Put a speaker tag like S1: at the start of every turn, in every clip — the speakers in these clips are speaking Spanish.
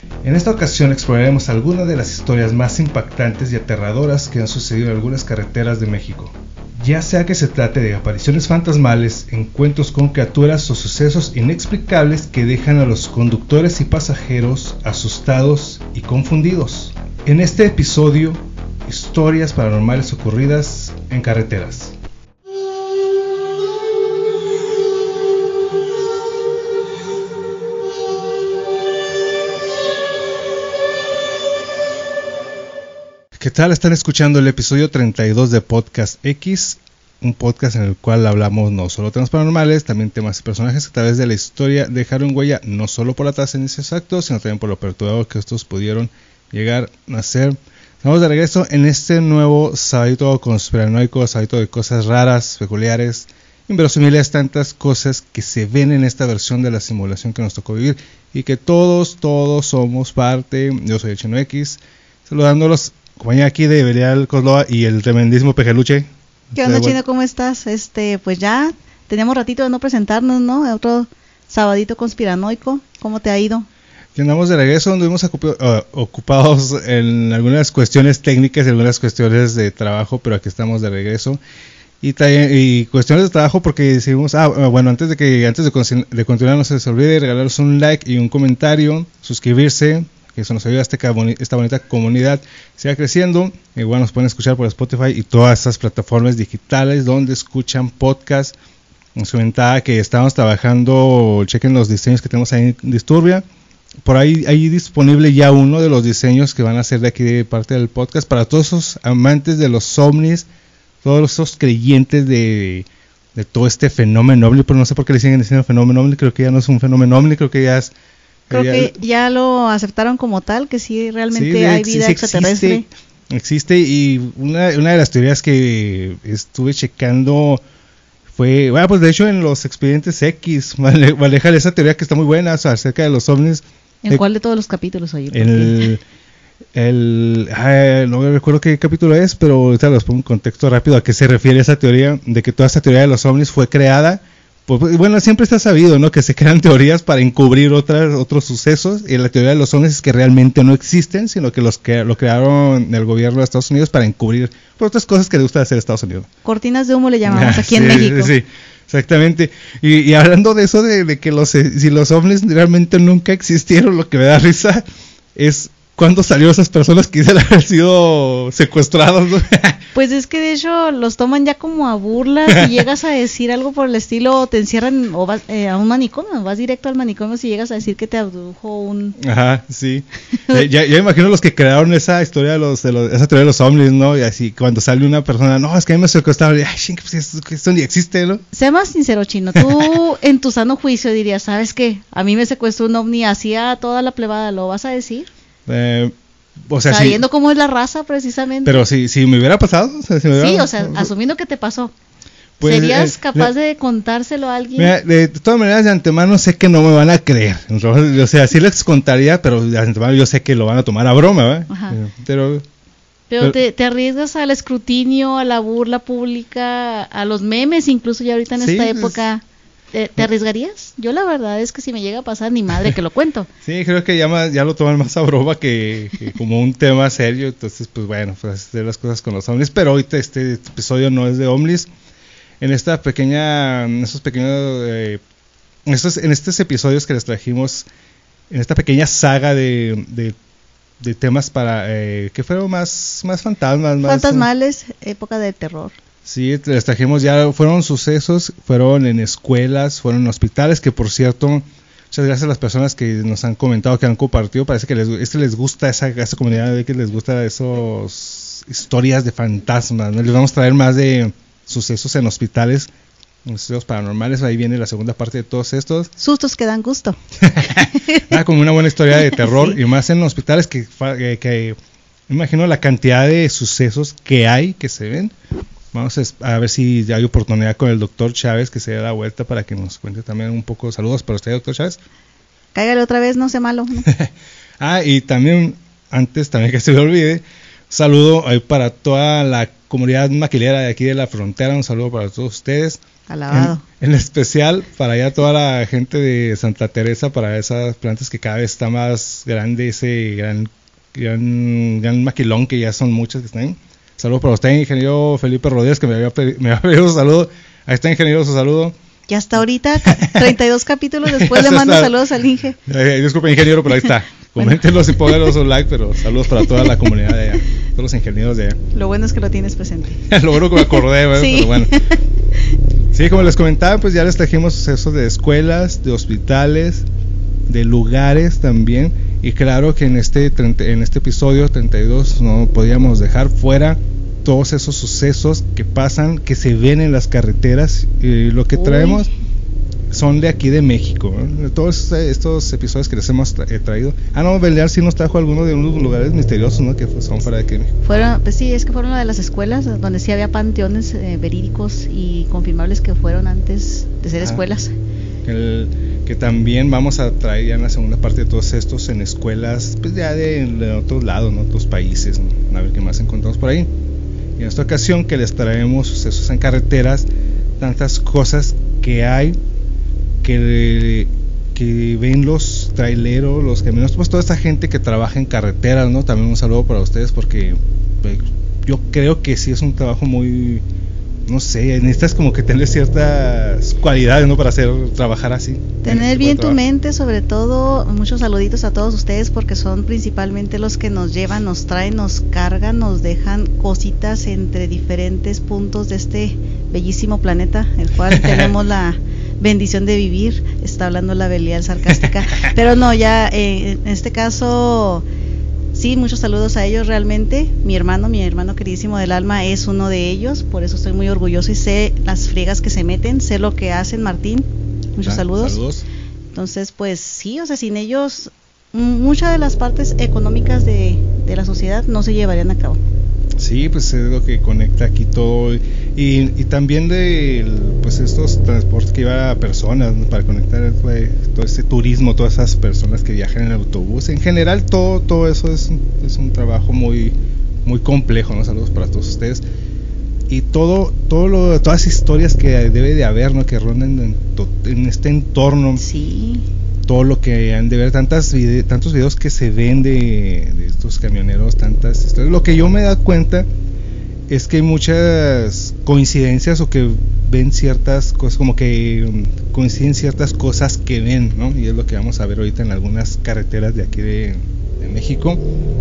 S1: En esta ocasión exploraremos algunas de las historias más impactantes y aterradoras que han sucedido en algunas carreteras de México. Ya sea que se trate de apariciones fantasmales, encuentros con criaturas o sucesos inexplicables que dejan a los conductores y pasajeros asustados y confundidos. En este episodio, historias paranormales ocurridas en carreteras. ¿Qué tal? Están escuchando el episodio 32 de Podcast X, un podcast en el cual hablamos no solo temas paranormales, también temas y personajes que a través de la historia dejaron huella no solo por la trascendencia exacta, sino también por lo perturbador que estos pudieron llegar a ser. Estamos de regreso en este nuevo sabadito conspiranoico, sabadito de cosas raras, peculiares, inverosímiles, tantas cosas que se ven en esta versión de la simulación que nos tocó vivir y que todos somos parte. Yo soy el Chino X, saludándolos. Compañía aquí de Belial Cosloa y el tremendísimo Pejeluche.
S2: ¿Qué onda, Chino? ¿Cómo estás? Pues ya teníamos ratito de no presentarnos, ¿no? Otro sabadito conspiranoico. ¿Cómo te ha ido?
S1: Y andamos de regreso, anduvimos ocupados en algunas cuestiones técnicas y algunas cuestiones de trabajo, pero aquí estamos de regreso. Y cuestiones de trabajo porque decidimos, antes de continuar no se les olvide regalarnos un like y un comentario, suscribirse, que eso nos ayuda a esta bonita comunidad siga creciendo. Igual nos pueden escuchar por Spotify y todas esas plataformas digitales donde escuchan podcast. Nos comentaba que estamos trabajando, chequen los diseños que tenemos ahí en Disturbia. Por ahí hay disponible ya uno de los diseños que van a ser de aquí de parte del podcast para todos esos amantes de los ovnis, todos esos creyentes de todo este fenómeno ovni, pero no sé por qué le siguen diciendo fenómeno ovni. Creo que ya no es un fenómeno ovni, creo que ya es...
S2: Creo que ya lo aceptaron como tal, que sí realmente hay vida extraterrestre.
S1: Existe, y una de las teorías que estuve checando fue, pues de hecho en los expedientes X, manejan esa teoría que está muy buena, o sea, acerca de los ovnis.
S2: ¿En cuál de todos los capítulos, oye?
S1: No me recuerdo qué capítulo es, pero ahorita los pongo en contexto rápido a qué se refiere esa teoría, de que toda esta teoría de los ovnis fue creada. Pues, bueno, siempre está sabido, ¿no? Que se crean teorías para encubrir otros sucesos, y la teoría de los ovnis es que realmente no existen, sino que lo crearon el gobierno de Estados Unidos para encubrir por otras cosas que le gusta hacer Estados Unidos.
S2: Cortinas de humo le llamamos aquí en México.
S1: Sí, exactamente. Y hablando de eso, de que si los ovnis realmente nunca existieron, lo que me da risa es cuando salieron esas personas que dicen haber sido secuestrados, ¿no?
S2: Pues es que de hecho los toman ya como a burlas. Si llegas a decir algo por el estilo, te encierran o vas a un manicomio, vas directo al manicomio si llegas a decir que te abdujo un... Ajá,
S1: sí. Ya imagino los que crearon esa historia esa teoría de los ovnis, ¿no? Y así cuando sale una persona, no, es que a mí me secuestraron, esto ni existe, ¿no?
S2: Sé más sincero, Chino, tú en tu sano juicio dirías, ¿sabes qué? A mí me secuestró un ovni, así a toda la plebada, ¿lo vas a decir? Sabiendo sí, cómo es la raza precisamente.
S1: Pero si me hubiera pasado,
S2: asumiendo que te pasó, pues, ¿serías capaz de contárselo a alguien?
S1: Mira, de todas maneras, de antemano sé que no me van a creer. O sea, sí les contaría, pero de antemano yo sé que lo van a tomar a broma, ¿verdad?
S2: Ajá. Pero te arriesgas al escrutinio, a la burla pública, a los memes, incluso ya ahorita en esta época. ¿Te arriesgarías? Yo la verdad es que si me llega a pasar, ni madre que lo cuento.
S1: Sí, creo que ya lo toman más a broma que como un tema serio. Entonces, pues bueno, pues hacer las cosas con los ovnis. Pero ahorita este episodio no es de ovnis. En estos episodios que les trajimos, en esta pequeña saga de temas para que fueron más fantasmas.
S2: Fantasmales, época de terror.
S1: Sí, les trajimos fueron sucesos, fueron en escuelas, fueron en hospitales, que por cierto, muchas gracias a las personas que nos han comentado, que han compartido, parece que les gusta esa comunidad, de que les gusta esas historias de fantasmas, ¿no? Les vamos a traer más de sucesos en hospitales, sucesos paranormales, ahí viene la segunda parte de todos estos.
S2: Sustos que dan gusto.
S1: Como una buena historia de terror, sí. Y más en hospitales que me imagino la cantidad de sucesos que se ven. Vamos a ver si hay oportunidad con el doctor Chávez, que se dé la vuelta para que nos cuente también un poco. Saludos para usted, doctor Chávez.
S2: Cáigale otra vez, no sea malo, ¿no?
S1: Y también, antes también que se me olvide, saludo ahí para toda la comunidad maquilera de aquí de la frontera, un saludo para todos ustedes.
S2: Alabado.
S1: En especial para allá toda la gente de Santa Teresa, para esas plantas que cada vez está más grande, ese gran maquilón que ya son muchas que están. Saludos para usted, ingeniero Felipe Rodríguez, que me había pedido un saludo. Ahí está, ingeniero, su saludo.
S2: Y hasta ahorita, 32 capítulos después, le mando saludos al Inge.
S1: Disculpe, ingeniero, pero ahí está. Coméntenos y pónganos un like, pero saludos para toda la comunidad de allá, todos los ingenieros de allá.
S2: Lo bueno es que lo tienes presente.
S1: Lo bueno que me acordé, ¿verdad?
S2: Sí.
S1: Pero bueno. Sí, como les comentaba, pues ya les trajimos sucesos de escuelas, de hospitales, de lugares también. Y claro que en este episodio 32 no podíamos dejar fuera todos esos sucesos que pasan, que se ven en las carreteras. Lo que traemos son de aquí de México, ¿no? Todos estos episodios que les hemos traído. No, Belial sí nos trajo algunos de unos lugares misteriosos, ¿no? Que son fuera de aquí de México.
S2: Pues sí, es que fueron una de las escuelas donde sí había panteones verídicos y confirmables que fueron antes de ser escuelas.
S1: Que también vamos a traer ya en la segunda parte de todos estos en escuelas, pues ya de otros lados, ¿no? Otros países, ¿no? A ver qué más encontramos por ahí. Y en esta ocasión que les traemos sucesos en carreteras, tantas cosas que hay, que ven los traileros, los camioneros, pues toda esta gente que trabaja en carreteras, ¿no? También un saludo para ustedes porque pues, yo creo que sí es un trabajo muy, no sé, necesitas como que tener ciertas cualidades, ¿no? Para trabajar así.
S2: Tener bien tu mente, sobre todo. Muchos saluditos a todos ustedes porque son principalmente los que nos llevan, nos traen, nos cargan, nos dejan cositas entre diferentes puntos de este bellísimo planeta, el cual tenemos la bendición de vivir. Está hablando la Belial sarcástica, pero no, ya en este caso sí, muchos saludos a ellos. Realmente mi hermano queridísimo del alma es uno de ellos, por eso estoy muy orgulloso y sé las friegas que se meten, sé lo que hacen. Martín, muchos saludos. Entonces pues sí, o sea, sin ellos muchas de las partes económicas de la sociedad no se llevarían a cabo.
S1: Sí, pues es lo que conecta aquí todo y también de pues estos transportes que lleva a personas, ¿no? Para conectar pues, todo ese turismo, todas esas personas que viajan en autobús, en general todo eso es un trabajo muy muy complejo, ¿no? Saludos para todos ustedes y todas las historias que debe de haber, ¿no? Que rondan en este entorno.
S2: Sí.
S1: Todo lo que han de ver, tantos videos que se ven de estos camioneros, tantas historias. Lo que yo me da cuenta es que hay muchas coincidencias o que ven ciertas cosas, como que coinciden ciertas cosas que ven, ¿no? Y es lo que vamos a ver ahorita en algunas carreteras de aquí de México.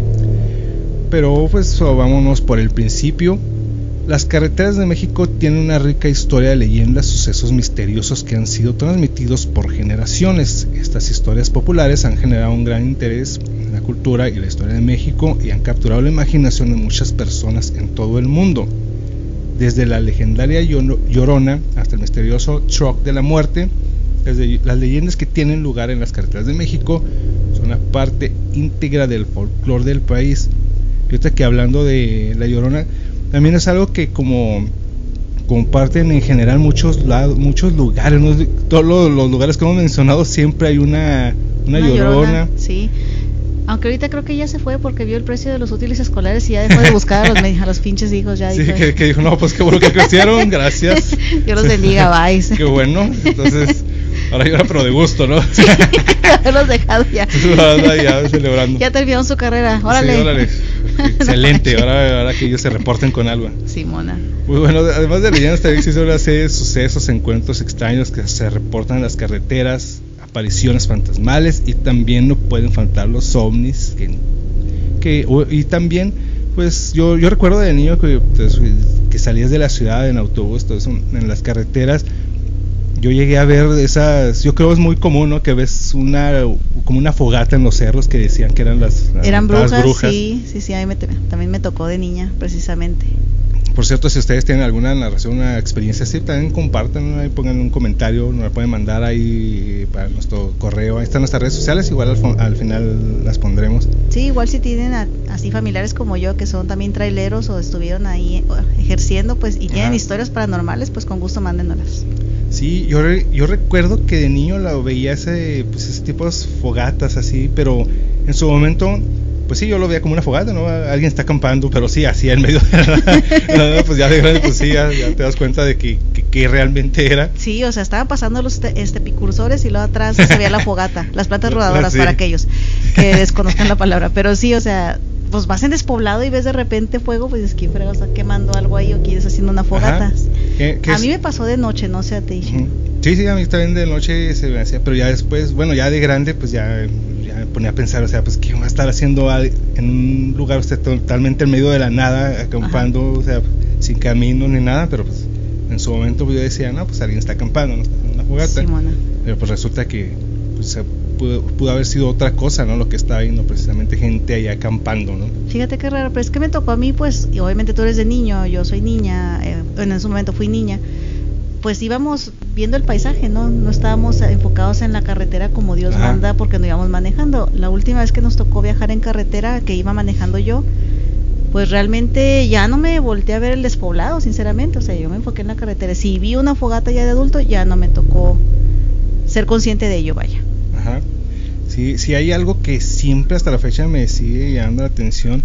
S1: Pero pues vámonos por el principio. Las carreteras de México tienen una rica historia de leyendas, sucesos misteriosos que han sido transmitidos por generaciones. Estas historias populares han generado un gran interés en la cultura y la historia de México y han capturado la imaginación de muchas personas en todo el mundo. Desde la legendaria Llorona hasta el misterioso Truck de la Muerte, las leyendas que tienen lugar en las carreteras de México son una parte íntegra del folclore del país. Y ahorita que hablando de la Llorona, también es algo que como comparten en general muchos lugares, ¿no? Todos los lugares que hemos mencionado siempre hay una llorona.
S2: Sí, aunque ahorita creo que ya se fue porque vio el precio de los útiles escolares y ya dejó de buscar a los pinches hijos. Ya
S1: sí,
S2: dijo,
S1: que dijo, no, pues qué bueno que crecieron, gracias.
S2: Dios los bendiga, bye.
S1: Qué bueno, entonces ahora llora pero de gusto, ¿no?
S2: Sí, haberlos dejado ya.
S1: Ya celebrando.
S2: Ya terminaron su carrera, órale.
S1: Sí, órale. Excelente, ahora que ellos se reporten con algo.
S2: Simona.
S1: Muy bueno, además de leyendas también existe una serie de sucesos, encuentros extraños que se reportan en las carreteras, apariciones fantasmales y también no pueden faltar los ovnis y también pues yo recuerdo de niño que salías de la ciudad en autobús, todo eso, en las carreteras. Yo llegué a ver esas, yo creo es muy común, ¿no? Que ves como una fogata en los cerros que decían que eran las brujas.
S2: Sí, a mí también me tocó de niña, precisamente.
S1: Por cierto, si ustedes tienen alguna narración, una experiencia así, también compartan, ¿no? Ahí pongan un comentario, nos la pueden mandar ahí para nuestro correo, ahí están nuestras redes sociales, igual al final las pondremos.
S2: Sí, igual si tienen así familiares como yo que son también traileros o estuvieron ahí ejerciendo, pues, y tienen historias paranormales, pues con gusto mándenlas.
S1: Sí, yo recuerdo que de niño la veía ese tipo de fogatas así, pero en su momento pues sí, yo lo veía como una fogata, ¿no? Alguien está acampando, pero sí, así en medio de la pues ya de grande, pues sí, ya te das cuenta de que realmente era.
S2: Sí, o sea, estaban pasando los epicursores y luego atrás se veía la fogata, las plantas rodadoras, sí, para aquellos que desconozcan la palabra, pero sí, o sea, pues vas en despoblado y ves de repente fuego, pues es que fregado, está quemando algo ahí o quieres haciendo una fogata. A mí me pasó de noche, no sé a ti.
S1: Sí, a mí también de noche se me hacía, pero ya después, bueno, ya de grande, pues ya me ponía a pensar, o sea, pues ¿qué va a estar haciendo en un lugar usted totalmente en medio de la nada, acampando, o sea, sin camino ni nada? Pero pues en su momento yo decía, no, pues alguien está acampando, no está en una fogata. Sí, pero pues resulta que pues, pudo haber sido otra cosa, ¿no? Lo que estaba viendo, precisamente gente ahí acampando, ¿no?
S2: Fíjate qué raro, pero es que me tocó a mí, pues, y obviamente tú eres de niño, yo soy niña, en su momento fui niña, pues íbamos viendo el paisaje, no estábamos enfocados en la carretera como Dios manda, porque no íbamos manejando. La última vez que nos tocó viajar en carretera, que iba manejando yo, pues realmente ya no me volteé a ver el despoblado, sinceramente, o sea, yo me enfoqué en la carretera. Si vi una fogata ya de adulto, ya no me tocó ser consciente de ello, vaya.
S1: Ajá. Sí, hay algo que siempre hasta la fecha me sigue llamando la atención,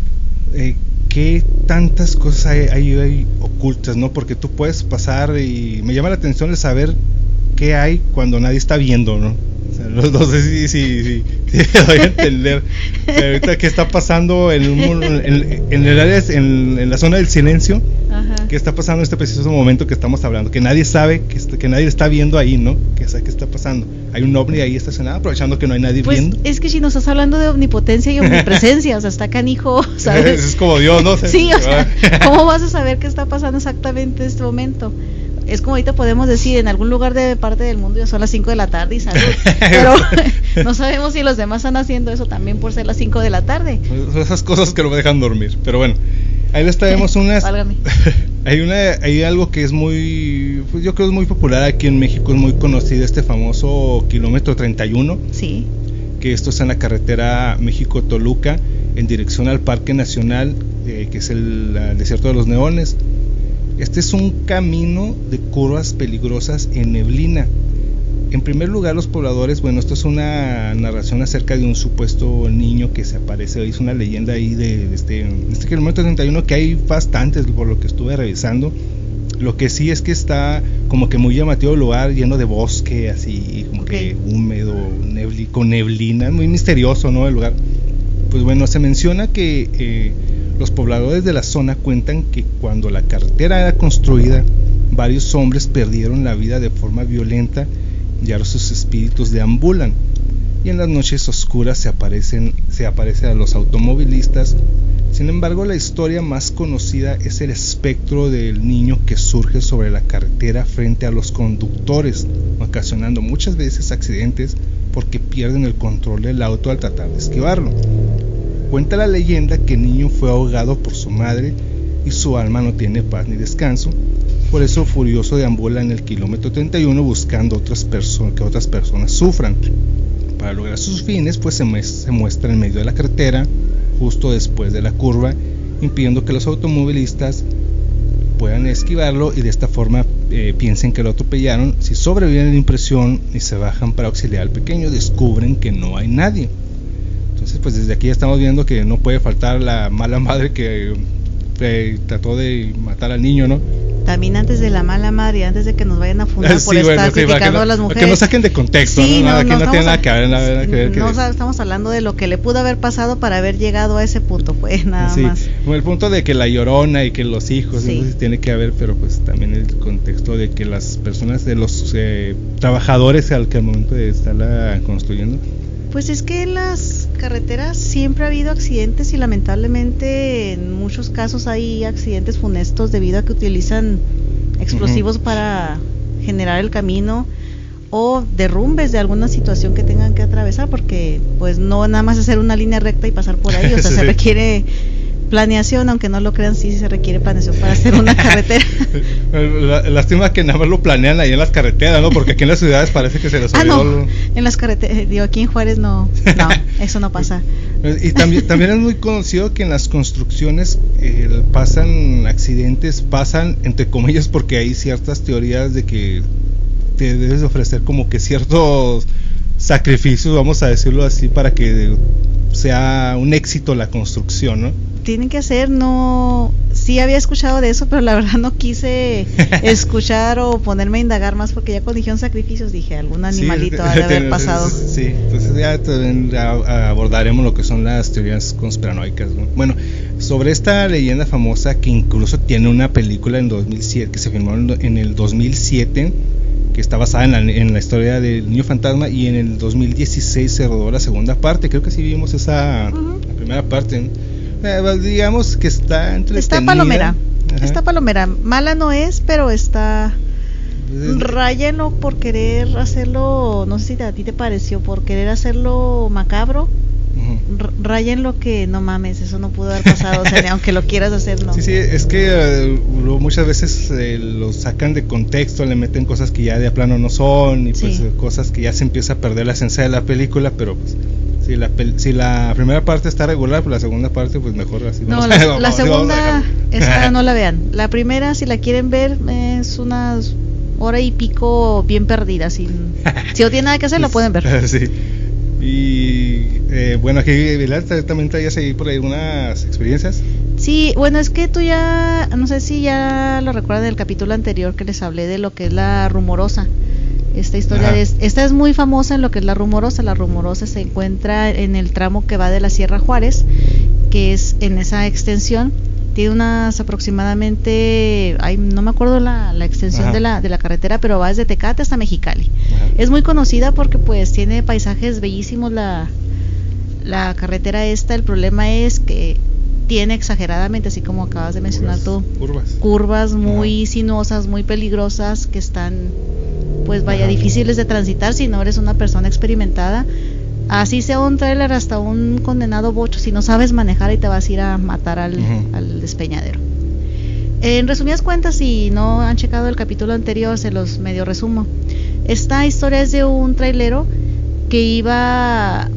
S1: qué tantas cosas hay ocultas, ¿no? Porque tú puedes pasar y me llama la atención el saber qué hay cuando nadie está viendo, ¿no? O sea, no sé si me voy a entender. Ahorita qué está pasando en el área, en la zona del silencio. Ajá. ¿Qué está pasando en este preciso momento que estamos hablando? Que nadie sabe, que nadie está viendo ahí, ¿no? ¿Qué está pasando? Hay un ovni ahí estacionado, aprovechando que no hay nadie viendo.
S2: Es que si nos estás hablando de omnipotencia y omnipresencia, o sea, está canijo, ¿sabes?
S1: Es como Dios, ¿no?
S2: Sí, o sea, ¿cómo vas a saber qué está pasando exactamente en este momento? Es como ahorita podemos decir, en algún lugar de parte del mundo ya son las 5 de la tarde y salud, pero no sabemos si los demás están haciendo eso también por ser las 5 de la tarde.
S1: Esas cosas que no me dejan dormir, pero bueno, ahí les traemos unas. Hay algo que es muy, pues yo creo es muy popular aquí en México, es muy conocido, este famoso kilómetro 31.
S2: Sí.
S1: Que esto es en la carretera México-Toluca, en dirección al Parque Nacional, que es el Desierto de los Neones. Este es un camino de curvas peligrosas en neblina. En primer lugar, los pobladores, bueno, esto es una narración acerca de un supuesto niño que se aparece, es una leyenda ahí de este kilómetro 31, que hay bastantes por lo que estuve revisando. Lo que sí es que está como que muy llamativo el lugar, lleno de bosque, así como que húmedo, con neblina, muy misterioso, ¿no? El lugar. Pues bueno, se menciona que los pobladores de la zona cuentan que cuando la carretera era construida, varios hombres perdieron la vida de forma violenta y ahora sus espíritus deambulan. Y en las noches oscuras se aparece a los automovilistas. Sin embargo, la historia más conocida es el espectro del niño que surge sobre la carretera frente a los conductores, ocasionando muchas veces accidentes porque pierden el control del auto al tratar de esquivarlo. Cuenta la leyenda que el niño fue ahogado por su madre y su alma no tiene paz ni descanso. Por eso furioso deambula en el kilómetro 31 buscando que otras personas sufran. Para lograr sus fines, pues se muestra en medio de la carretera, justo después de la curva, impidiendo que los automovilistas puedan esquivarlo y de esta forma piensen que lo atropellaron. Si sobreviven a la impresión y se bajan para auxiliar al pequeño, descubren que no hay nadie. Entonces, pues desde aquí estamos viendo que no puede faltar la mala madre que trató de matar al niño, ¿no?
S2: También antes de la mala madre, antes de que nos vayan a fundar por estar criticando a las mujeres.
S1: Que no saquen de contexto,
S2: sí,
S1: ¿no? Aquí no tiene nada que ver.
S2: Estamos hablando de lo que le pudo haber pasado para haber llegado a ese punto, pues nada más.
S1: El punto de que la Llorona y que los hijos, sí, tiene que haber, pero pues también el contexto de que las personas, de los trabajadores al momento de estarla construyendo.
S2: Pues es que en las carreteras siempre ha habido accidentes y lamentablemente en muchos casos hay accidentes funestos debido a que utilizan explosivos para generar el camino o derrumbes de alguna situación que tengan que atravesar, porque pues no nada más hacer una línea recta y pasar por ahí, o sea, se requiere planeación, aunque no lo crean, sí se requiere planeación para hacer una carretera.
S1: Lástima que nada más lo planean ahí en las carreteras, ¿no? Porque aquí en las ciudades parece que se les olvidó.
S2: No, en las carreteras, digo, aquí en Juárez no, eso no pasa.
S1: Y también es muy conocido que en las construcciones pasan accidentes, pasan entre comillas, porque hay ciertas teorías de que te debes ofrecer como que ciertos sacrificios, vamos a decirlo así, para que sea un éxito la construcción, ¿no?
S2: Tienen que hacer, no, sí había escuchado de eso, pero la verdad no quise escuchar o ponerme a indagar más, porque ya cuando dijeron sacrificios dije, algún animalito ha de haber pasado.
S1: Sí, entonces ya también abordaremos lo que son las teorías conspiranoicas, ¿no? Bueno, sobre esta leyenda famosa que incluso tiene una película en 2007, que se filmó en el 2007, que está basada en la historia del niño fantasma, y en el 2016 se rodó la segunda parte. Creo que sí vimos la primera parte, ¿no? Digamos que está entretenida.
S2: Está palomera, mala no es, pero está ráyenlo por querer hacerlo, no sé si a ti te pareció, por querer hacerlo macabro. Rayen lo que no mames, eso no pudo haber pasado, o sea, ni aunque lo quieras hacer, no.
S1: Sí, es que muchas veces lo sacan de contexto, le meten cosas que ya de plano no son, y pues cosas que ya se empieza a perder la esencia de la película, pero pues si la primera parte está regular, pues la segunda parte pues mejor así.
S2: No, la segunda, esta no la vean. La primera, si la quieren ver, es unas hora y pico bien perdida, si no tiene nada que hacer, la pueden ver.
S1: Sí. Y bueno, aquí Vilal también traías ahí por ahí algunas experiencias.
S2: Sí, bueno, es que tú ya, no sé si ya lo recuerdan del capítulo anterior que les hablé de lo que es la Rumorosa. Esta historia esta es muy famosa en lo que es la Rumorosa. La Rumorosa se encuentra en el tramo que va de la Sierra Juárez, que es en esa extensión. Tiene unas aproximadamente, no me acuerdo la extensión de la carretera, pero va desde Tecate hasta Mexicali. Es muy conocida porque pues tiene paisajes bellísimos la carretera esta. El problema es que tiene exageradamente, así como acabas de mencionar tú, curvas muy sinuosas, muy peligrosas, que están pues difíciles de transitar si no eres una persona experimentada. Así sea un tráiler hasta un condenado bocho, si no sabes manejar y te vas a ir a matar al despeñadero. En resumidas cuentas, si no han checado el capítulo anterior, se los medio resumo. Esta historia es de un trailero que iba,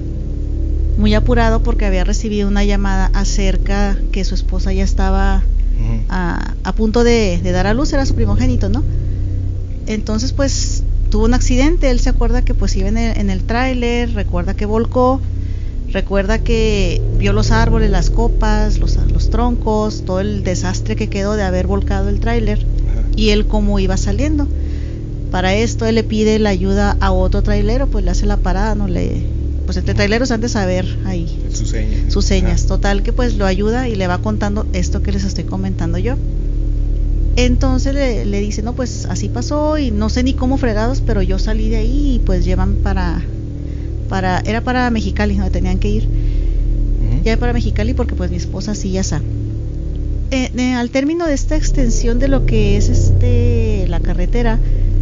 S2: muy apurado porque había recibido una llamada acerca que su esposa ya estaba a punto de dar a luz, era su primogénito, ¿no? Entonces pues tuvo un accidente. Él se acuerda que pues iba en el tráiler, recuerda que volcó, recuerda que vio los árboles, las copas, los troncos, todo el desastre que quedó de haber volcado el tráiler, y él cómo iba saliendo. Para esto él le pide la ayuda a otro trailero, pues le hace la parada, pues entre traileros antes de saber ahí sus señas. Total que pues lo ayuda y le va contando esto que les estoy comentando yo. Entonces le dice, no, pues así pasó y no sé ni cómo fregados, pero yo salí de ahí y pues llevan era para Mexicali, donde tenían que ir. Ya para Mexicali porque pues mi esposa sí ya sabe. Al término de esta extensión de lo que es la carretera,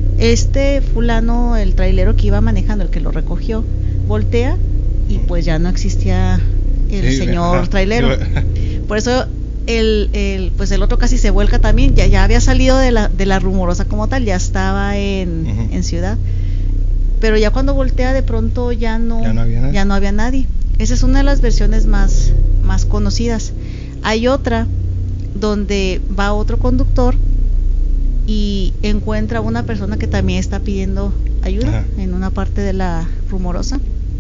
S2: fulano, el trailero que iba manejando, el que lo recogió, voltea y pues ya no existía el señor trailero. Por eso pues el otro casi se vuelca también. Ya había salido de la Rumorosa como tal, ya estaba en ciudad, pero ya cuando voltea de pronto ya no había nadie. Esa es una de las versiones más conocidas. Hay otra donde va otro conductor y encuentra a una persona que también está pidiendo ayuda en una parte de la Rumorosa,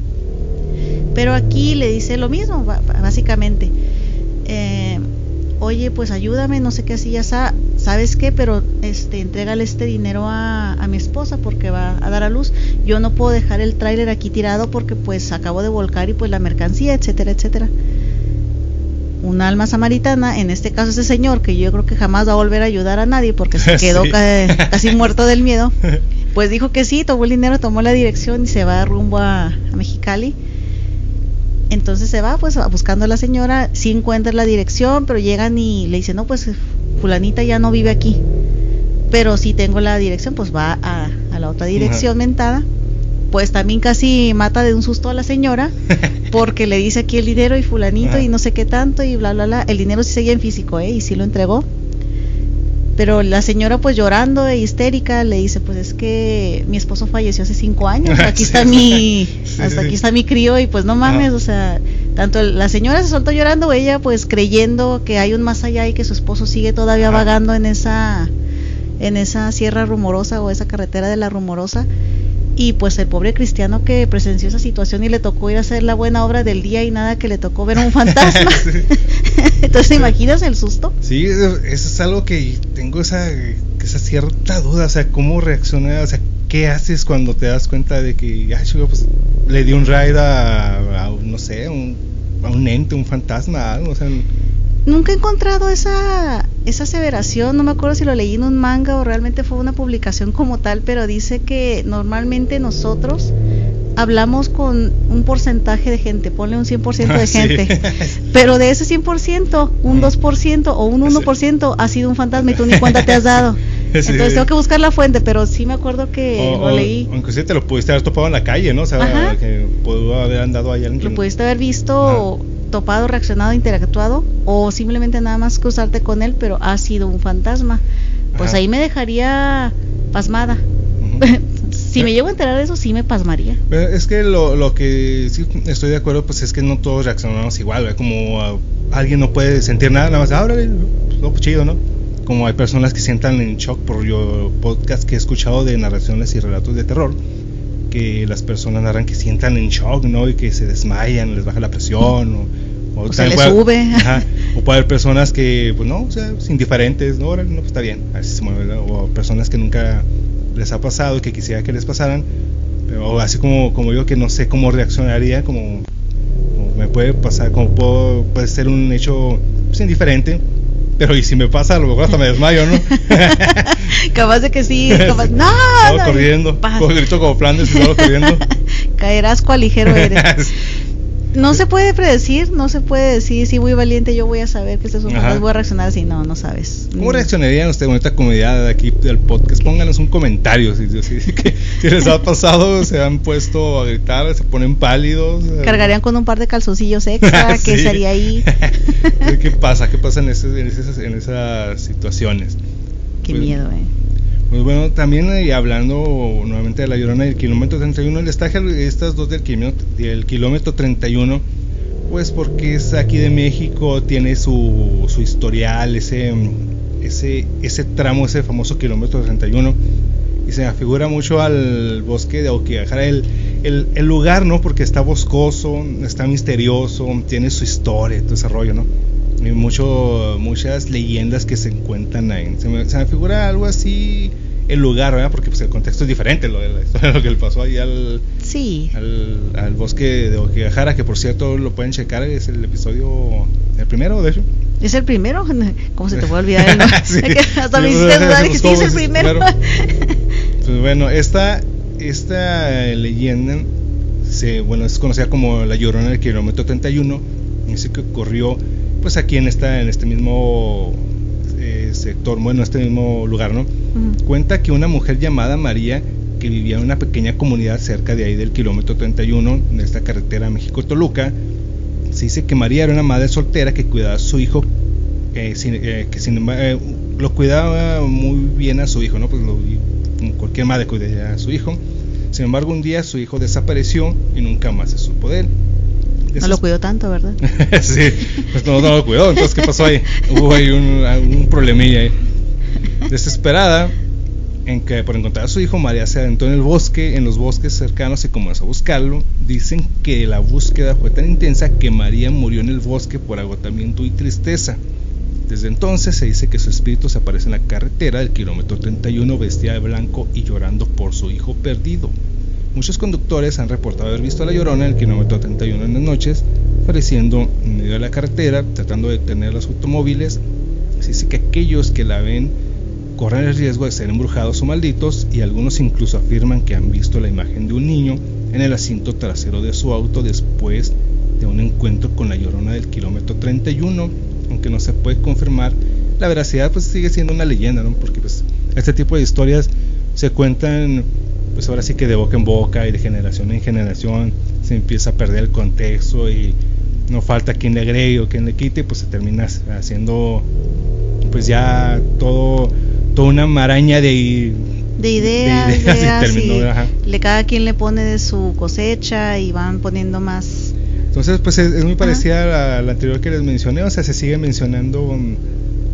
S2: pero aquí le dice lo mismo, básicamente. Oye, pues ayúdame, no sé qué, así ya sabes qué, pero entrégale este dinero a mi esposa porque va a dar a luz. Yo no puedo dejar el tráiler aquí tirado porque pues acabo de volcar y pues la mercancía, etcétera, etcétera. Un alma samaritana, en este caso ese señor, que yo creo que jamás va a volver a ayudar a nadie porque se quedó casi muerto del miedo, pues dijo que sí, tomó el dinero, tomó la dirección y se va rumbo a Mexicali. Entonces se va pues buscando a la señora, sí encuentra la dirección, pero llegan y le dicen, no, pues fulanita ya no vive aquí, pero sí tengo la dirección. Pues va a la otra dirección mentada, pues también casi mata de un susto a la señora, porque le dice aquí el dinero y fulanito y no sé qué tanto y bla bla bla. El dinero sí seguía en físico, y sí lo entregó, pero la señora pues llorando e histérica le dice, pues es que mi esposo falleció hace 5 años, aquí está aquí está mi crío y pues no mames. O sea, tanto la señora se soltó llorando, ella pues creyendo que hay un más allá y que su esposo sigue todavía vagando en esa Sierra Rumorosa o esa carretera de la Rumorosa. y pues el pobre cristiano que presenció esa situación y le tocó ir a hacer la buena obra del día y nada, que le tocó ver a un fantasma. Entonces, ¿te imaginas el susto?
S1: Sí, eso es algo que tengo esa cierta duda, o sea, cómo reacciona, o sea, ¿qué haces cuando te das cuenta de que, ay, chico, pues le di un raid a no sé, a un ente, un fantasma, algo, o sea?
S2: Nunca he encontrado esa aseveración, no me acuerdo si lo leí en un manga o realmente fue una publicación como tal, pero dice que normalmente nosotros hablamos con un porcentaje de gente, ponle un 100% de gente, pero de ese 100%, un 2% o un 1% ha sido un fantasma y tú ni cuenta te has dado. Entonces tengo que buscar la fuente, pero sí me acuerdo que lo leí.
S1: Inclusive te lo pudiste haber topado en la calle, ¿no? O sea, que pudo haber andado ahí alguien.
S2: Lo pudiste haber visto, topado, reaccionado, interactuado, o simplemente nada más cruzarte con él, pero ha sido un fantasma. Pues ahí me dejaría pasmada. Si me llego a enterar de eso, sí me pasmaría.
S1: Es que lo que sí estoy de acuerdo, pues es que no todos reaccionamos igual, ¿verdad? Como alguien no puede sentir nada más, órale, pues chido, ¿no? Como hay personas que sientan en shock por podcast que he escuchado de narraciones y relatos de terror, que las personas narran que sientan en shock, ¿no? Y que se desmayan, les baja la presión,
S2: o se les sube.
S1: O puede haber personas que, pues no, o sea, indiferentes, no, no, pues está bien, a ver si se mueve, ¿no? O personas que nunca les ha pasado y que quisiera que les pasaran, pero así como yo que no sé cómo reaccionaría, como me puede pasar, puede ser un hecho pues indiferente, pero y si me pasa a lo mejor hasta me desmayo, ¿no?
S2: Capaz de que sí, capaz, no,
S1: corriendo, grito como Flanders y todo corriendo.
S2: Caerás cual ligero eres. No se puede predecir, no se puede decir, si muy valiente yo voy a saber que este es un fantasma, voy a reaccionar así, no sabes.
S1: ¿Cómo reaccionarían ustedes con esta comunidad de aquí del podcast? Pónganos un comentario si les ha pasado, se han puesto a gritar, se ponen pálidos.
S2: Cargarían con un par de calzoncillos extra, ¿qué sería ahí?
S1: ¿Qué pasa en esas situaciones?
S2: Qué miedo,
S1: Pues bueno, también hablando nuevamente de La Llorona del kilómetro 31, el estaje estas dos del kilómetro 31, pues porque es aquí de México, tiene su historial, ese tramo, ese famoso kilómetro 31, y se afigura mucho al bosque de Aokigahara, el lugar, ¿no? Porque está boscoso, está misterioso, tiene su historia, todo ese rollo, ¿no? Y muchas leyendas que se encuentran ahí. Se me figura algo así el lugar, ¿verdad? Porque pues el contexto es diferente, lo de la historia, lo que le pasó ahí al bosque de Aokigahara, que por cierto lo pueden checar, es el episodio, el primero de hecho.
S2: ¿Es el primero? ¿Cómo se te puede olvidar? ¿No? Sí. Hasta me hiciste dudar, sí, es el primero.
S1: Pues bueno, esta leyenda es conocida como La Llorona del kilómetro 31, dice que ocurrió pues aquí en este mismo sector, este mismo lugar, ¿no? Cuenta que una mujer llamada María, que vivía en una pequeña comunidad cerca de ahí del kilómetro 31 de esta carretera México-Toluca, se dice que María era una madre soltera que cuidaba a su hijo, lo cuidaba muy bien a su hijo, ¿no? Pues como cualquier madre cuidaría a su hijo. Sin embargo, un día su hijo desapareció y nunca más se supo de él.
S2: No lo cuidó tanto, ¿verdad?
S1: Sí, pues no lo cuidó. Entonces, ¿qué pasó ahí? Hubo ahí un problemilla ahí. Desesperada por encontrar a su hijo, María se adentró en los bosques cercanos y comenzó a buscarlo. Dicen que la búsqueda fue tan intensa que María murió en el bosque por agotamiento y tristeza. Desde entonces se dice que su espíritu se aparece en la carretera del kilómetro 31 vestida de blanco y llorando por su hijo perdido. Muchos conductores han reportado haber visto a La Llorona en el kilómetro 31 en las noches, apareciendo en medio de la carretera, tratando de detener los automóviles. Se dice que aquellos que la ven corren el riesgo de ser embrujados o malditos, y algunos incluso afirman que han visto la imagen de un niño en el asiento trasero de su auto después de un encuentro con La Llorona del kilómetro 31. Aunque no se puede confirmar la veracidad, pues sigue siendo una leyenda, ¿no? Porque pues este tipo de historias se cuentan pues ahora sí que de boca en boca y de generación en generación, se empieza a perder el contexto y no falta quien le agregue o quien le quite, pues se termina haciendo pues ya toda una maraña de ideas
S2: y cada quien le pone de su cosecha y van poniendo más.
S1: Entonces pues es muy parecida a la anterior que les mencioné, o sea, se sigue mencionando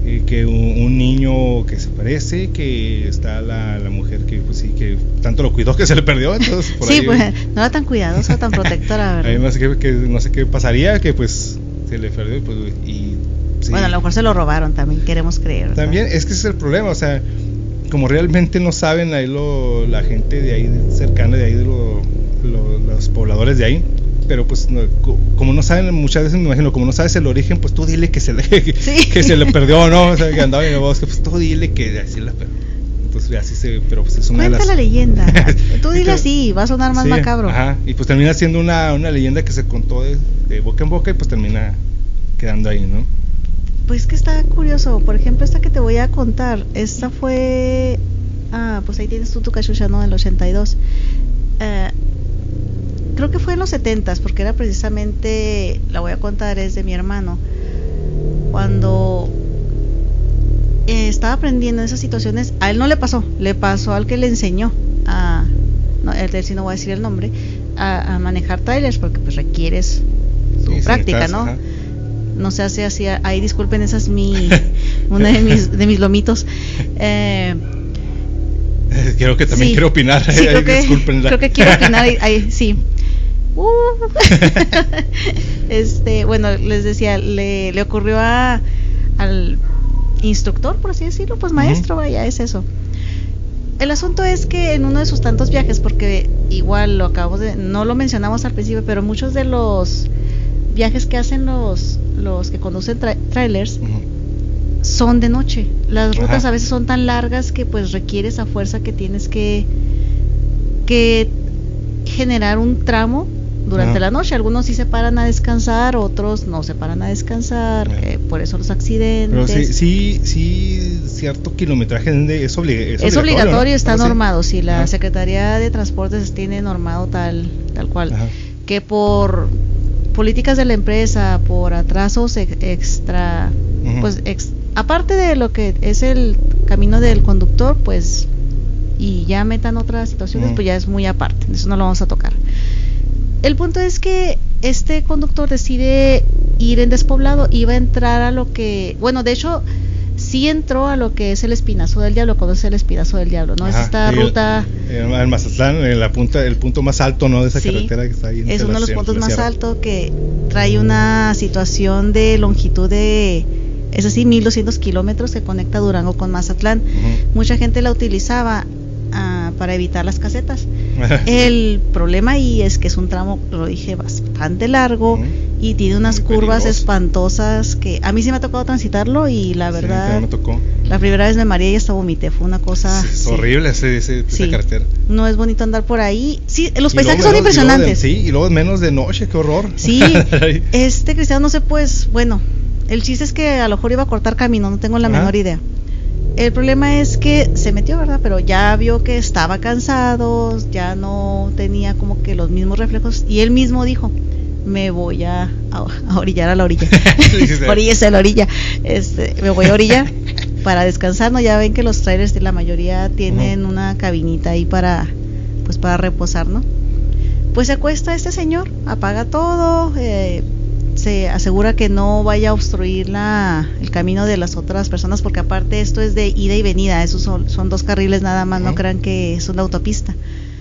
S1: que un niño que se parece, que está la mujer que pues sí, que tanto lo cuidó que se le perdió, entonces por
S2: sí,
S1: ahí,
S2: pues no era tan cuidadosa, tan protectora, ¿verdad?
S1: Además que no sé qué pasaría, que pues se le perdió pues, y sí.
S2: Bueno, a lo mejor se lo robaron también, queremos creer, ¿verdad?
S1: También es que ese es el problema, o sea, como realmente no saben ahí la gente de ahí cercana de ahí de los pobladores de ahí, pero pues no, como no saben, muchas veces me imagino, como no sabes el origen, pues tú dile que se le que se le perdió, ¿no? O sea, que andaba en el bosque, pues tú dile que así la perdió. Entonces así se, pero pues es una
S2: cuenta
S1: de las...
S2: la leyenda. Tú dile así, va a sonar más macabro.
S1: Ajá, y pues termina siendo una leyenda que se contó de boca en boca y pues termina quedando ahí, ¿no?
S2: Pues que está curioso, por ejemplo, esta que te voy a contar, esta fue, pues ahí tienes tú tu cachucha, ¿no? En el 82. Creo que fue en los 70s, porque era precisamente, la voy a contar, es de mi hermano. Cuando estaba aprendiendo en esas situaciones, a él no le pasó al que le enseñó no, él sí no voy a decir el nombre, a manejar trailers, porque pues requieres su práctica, ¿no? Ajá. No se hace así, ahí disculpen, esa es una de mis lomitos.
S1: Creo que también quiero opinar,
S2: sí, creo que quiero opinar, ahí sí. Bueno, les decía, le ocurrió al instructor, por así decirlo, pues maestro, vaya, es eso. El asunto es que en uno de sus tantos viajes, porque igual no lo mencionamos al principio, pero muchos de los viajes que hacen los que conducen trailers son de noche. Las rutas a veces son tan largas que pues requieres a fuerza que tienes que generar un tramo durante la noche. Algunos sí se paran a descansar, otros no se paran a descansar, por eso los accidentes.
S1: Pero sí cierto kilometraje es
S2: obligatorio, ¿no? Está normado, sí, la Secretaría de Transportes tiene normado tal cual, que por políticas de la empresa, por atrasos extra, pues aparte de lo que es el camino del conductor, pues, y ya metan otras situaciones, pues ya es muy aparte, eso no lo vamos a tocar. El punto es que este conductor decide ir en despoblado, iba a entrar a lo que, bueno, de hecho sí entró a lo que es el Espinazo del Diablo. ¿Conoces el Espinazo del Diablo? ¿No? Es esta ruta
S1: en Mazatlán, en la punta, el punto más alto, ¿no? De esa carretera que está ahí.
S2: Es uno de los puntos más altos, que trae una situación de longitud de, es así, 1200 kilómetros, que conecta Durango con Mazatlán. Mucha gente la utilizaba para evitar las casetas. El problema ahí es que es un tramo, lo dije, bastante largo y tiene unas curvas espantosas que a mí sí me ha tocado transitarlo, y la verdad,
S1: me tocó.
S2: La primera vez me mareé y hasta vomité, fue una cosa
S1: horrible esa carretera.
S2: No es bonito andar por ahí. Sí, los paisajes son impresionantes.
S1: Y luego menos de noche, qué horror.
S2: Sí, Cristiano, no sé, pues, bueno, el chiste es que a lo mejor iba a cortar camino, no tengo la menor idea. El problema es que se metió, ¿verdad? Pero ya vio que estaba cansado, ya no tenía como que los mismos reflejos, y él mismo dijo: me voy a orillar a la orilla. Oríllese a la orilla. Me voy a orillar para descansar, ¿no? Ya ven que los trailers, la mayoría tienen una cabinita ahí para reposar, ¿no? Pues se acuesta este señor, apaga todo, se asegura que no vaya a obstruir el camino de las otras personas, porque aparte esto es de ida y venida, esos son 2 carriles nada más, no crean que es una autopista.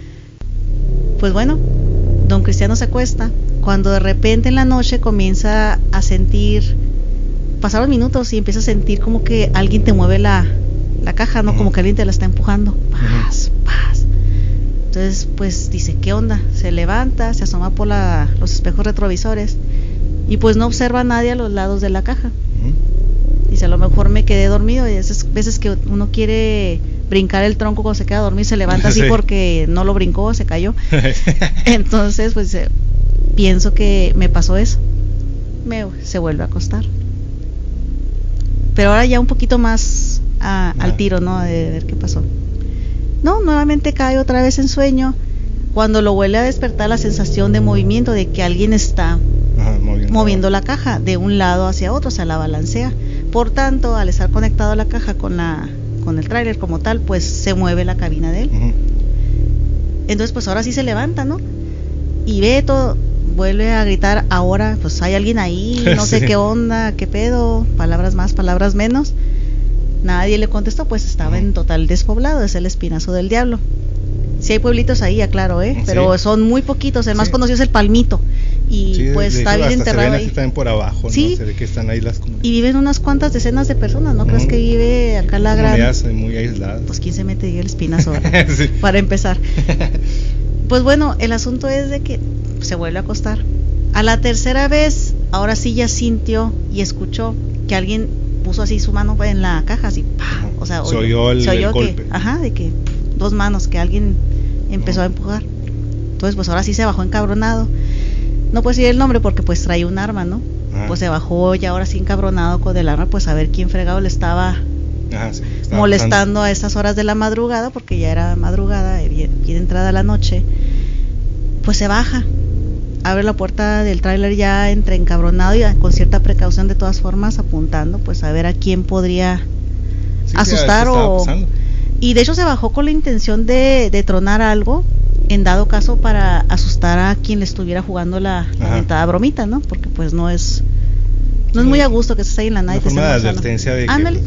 S2: Pues bueno, don Cristiano se acuesta, cuando de repente en la noche comienza a sentir, pasaron minutos y empieza a sentir como que alguien te mueve la caja, ¿no? Como que alguien te la está empujando, paz. Entonces pues dice, ¿qué onda? Se levanta, se asoma por los espejos retrovisores y pues no observa a nadie a los lados de la caja. Dice, a lo mejor me quedé dormido, y esas veces que uno quiere brincar el tronco cuando se queda dormido, se levanta así porque no lo brincó, se cayó. Entonces pues dice, pienso que me pasó eso. Se vuelve a acostar, pero ahora ya un poquito más al tiro, ¿no? De ver qué pasó. No, nuevamente cae otra vez en sueño. Cuando lo vuelve a despertar, la sensación de movimiento, de que alguien está moviendo la caja de un lado hacia otro, o sea, la balancea. Por tanto, al estar conectado a la caja con el tráiler como tal, pues se mueve la cabina de él. Entonces pues ahora sí se levanta, ¿no? Y ve todo, vuelve a gritar, ahora pues hay alguien ahí, no sé qué onda, qué pedo, palabras más, palabras menos. Nadie le contestó, pues estaba en total despoblado, es el Espinazo del Diablo. Sí hay pueblitos ahí, aclaro, pero son muy poquitos, el más conocido es el Palmito. Y pues está bien enterrado ahí.
S1: También por abajo,
S2: sí,
S1: ¿no? Se ve que están ahí las
S2: y viven unas cuantas decenas de personas, ¿no? ¿Crees que vive acá la gran?
S1: Muy aislada.
S2: Pues quién se mete ahí el Espinazo, sí. Para empezar. Pues bueno, el asunto es de que se vuelve a acostar. A la tercera vez, ahora sí ya sintió y escuchó que alguien puso así su mano en la caja, así, ¡pah! O sea,
S1: se oyó el golpe.
S2: De que dos manos, que alguien empezó a empujar. Entonces, pues ahora sí se bajó encabronado. No puedo decir el nombre porque pues traía un arma, ¿no? Pues se bajó ya ahora sí encabronado con el arma, pues a ver quién fregado le estaba molestando a estas horas de la madrugada, porque ya era madrugada, bien entrada la noche. Pues se baja, abre la puerta del tráiler ya entre encabronado y con cierta precaución, de todas formas apuntando pues a ver a quién podría asustar y de hecho se bajó con la intención de tronar algo en dado caso para asustar a quien le estuviera jugando la mentada bromita, ¿no? Porque pues no es muy a gusto que estés ahí en la night.
S1: Una forma de advertencia de
S2: ándale.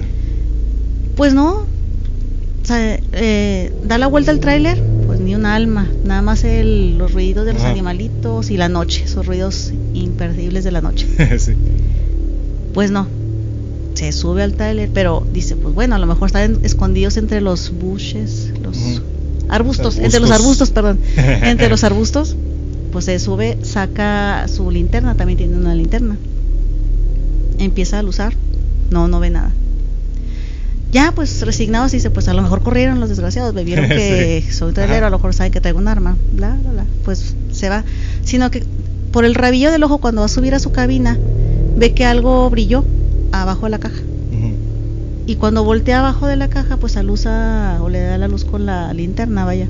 S2: Pues no, o sea, da la vuelta al tráiler, pues ni un alma, nada más los ruidos de los animalitos y la noche, esos ruidos imperdibles de la noche.
S1: Sí.
S2: Pues no, se sube al tráiler, pero dice, pues bueno, a lo mejor están escondidos entre los bushes, entre los arbustos, pues se sube, saca su linterna, también tiene una linterna, empieza a luzar, no ve nada. Ya pues resignados dice, pues a lo mejor corrieron los desgraciados, me vieron que soy un trailero, a lo mejor saben que traigo un arma, bla, bla, bla, pues se va. Sino que por el rabillo del ojo, cuando va a subir a su cabina, ve que algo brilló abajo de la caja. Y cuando voltea abajo de la caja, pues alusa o le da la luz con la linterna, vaya.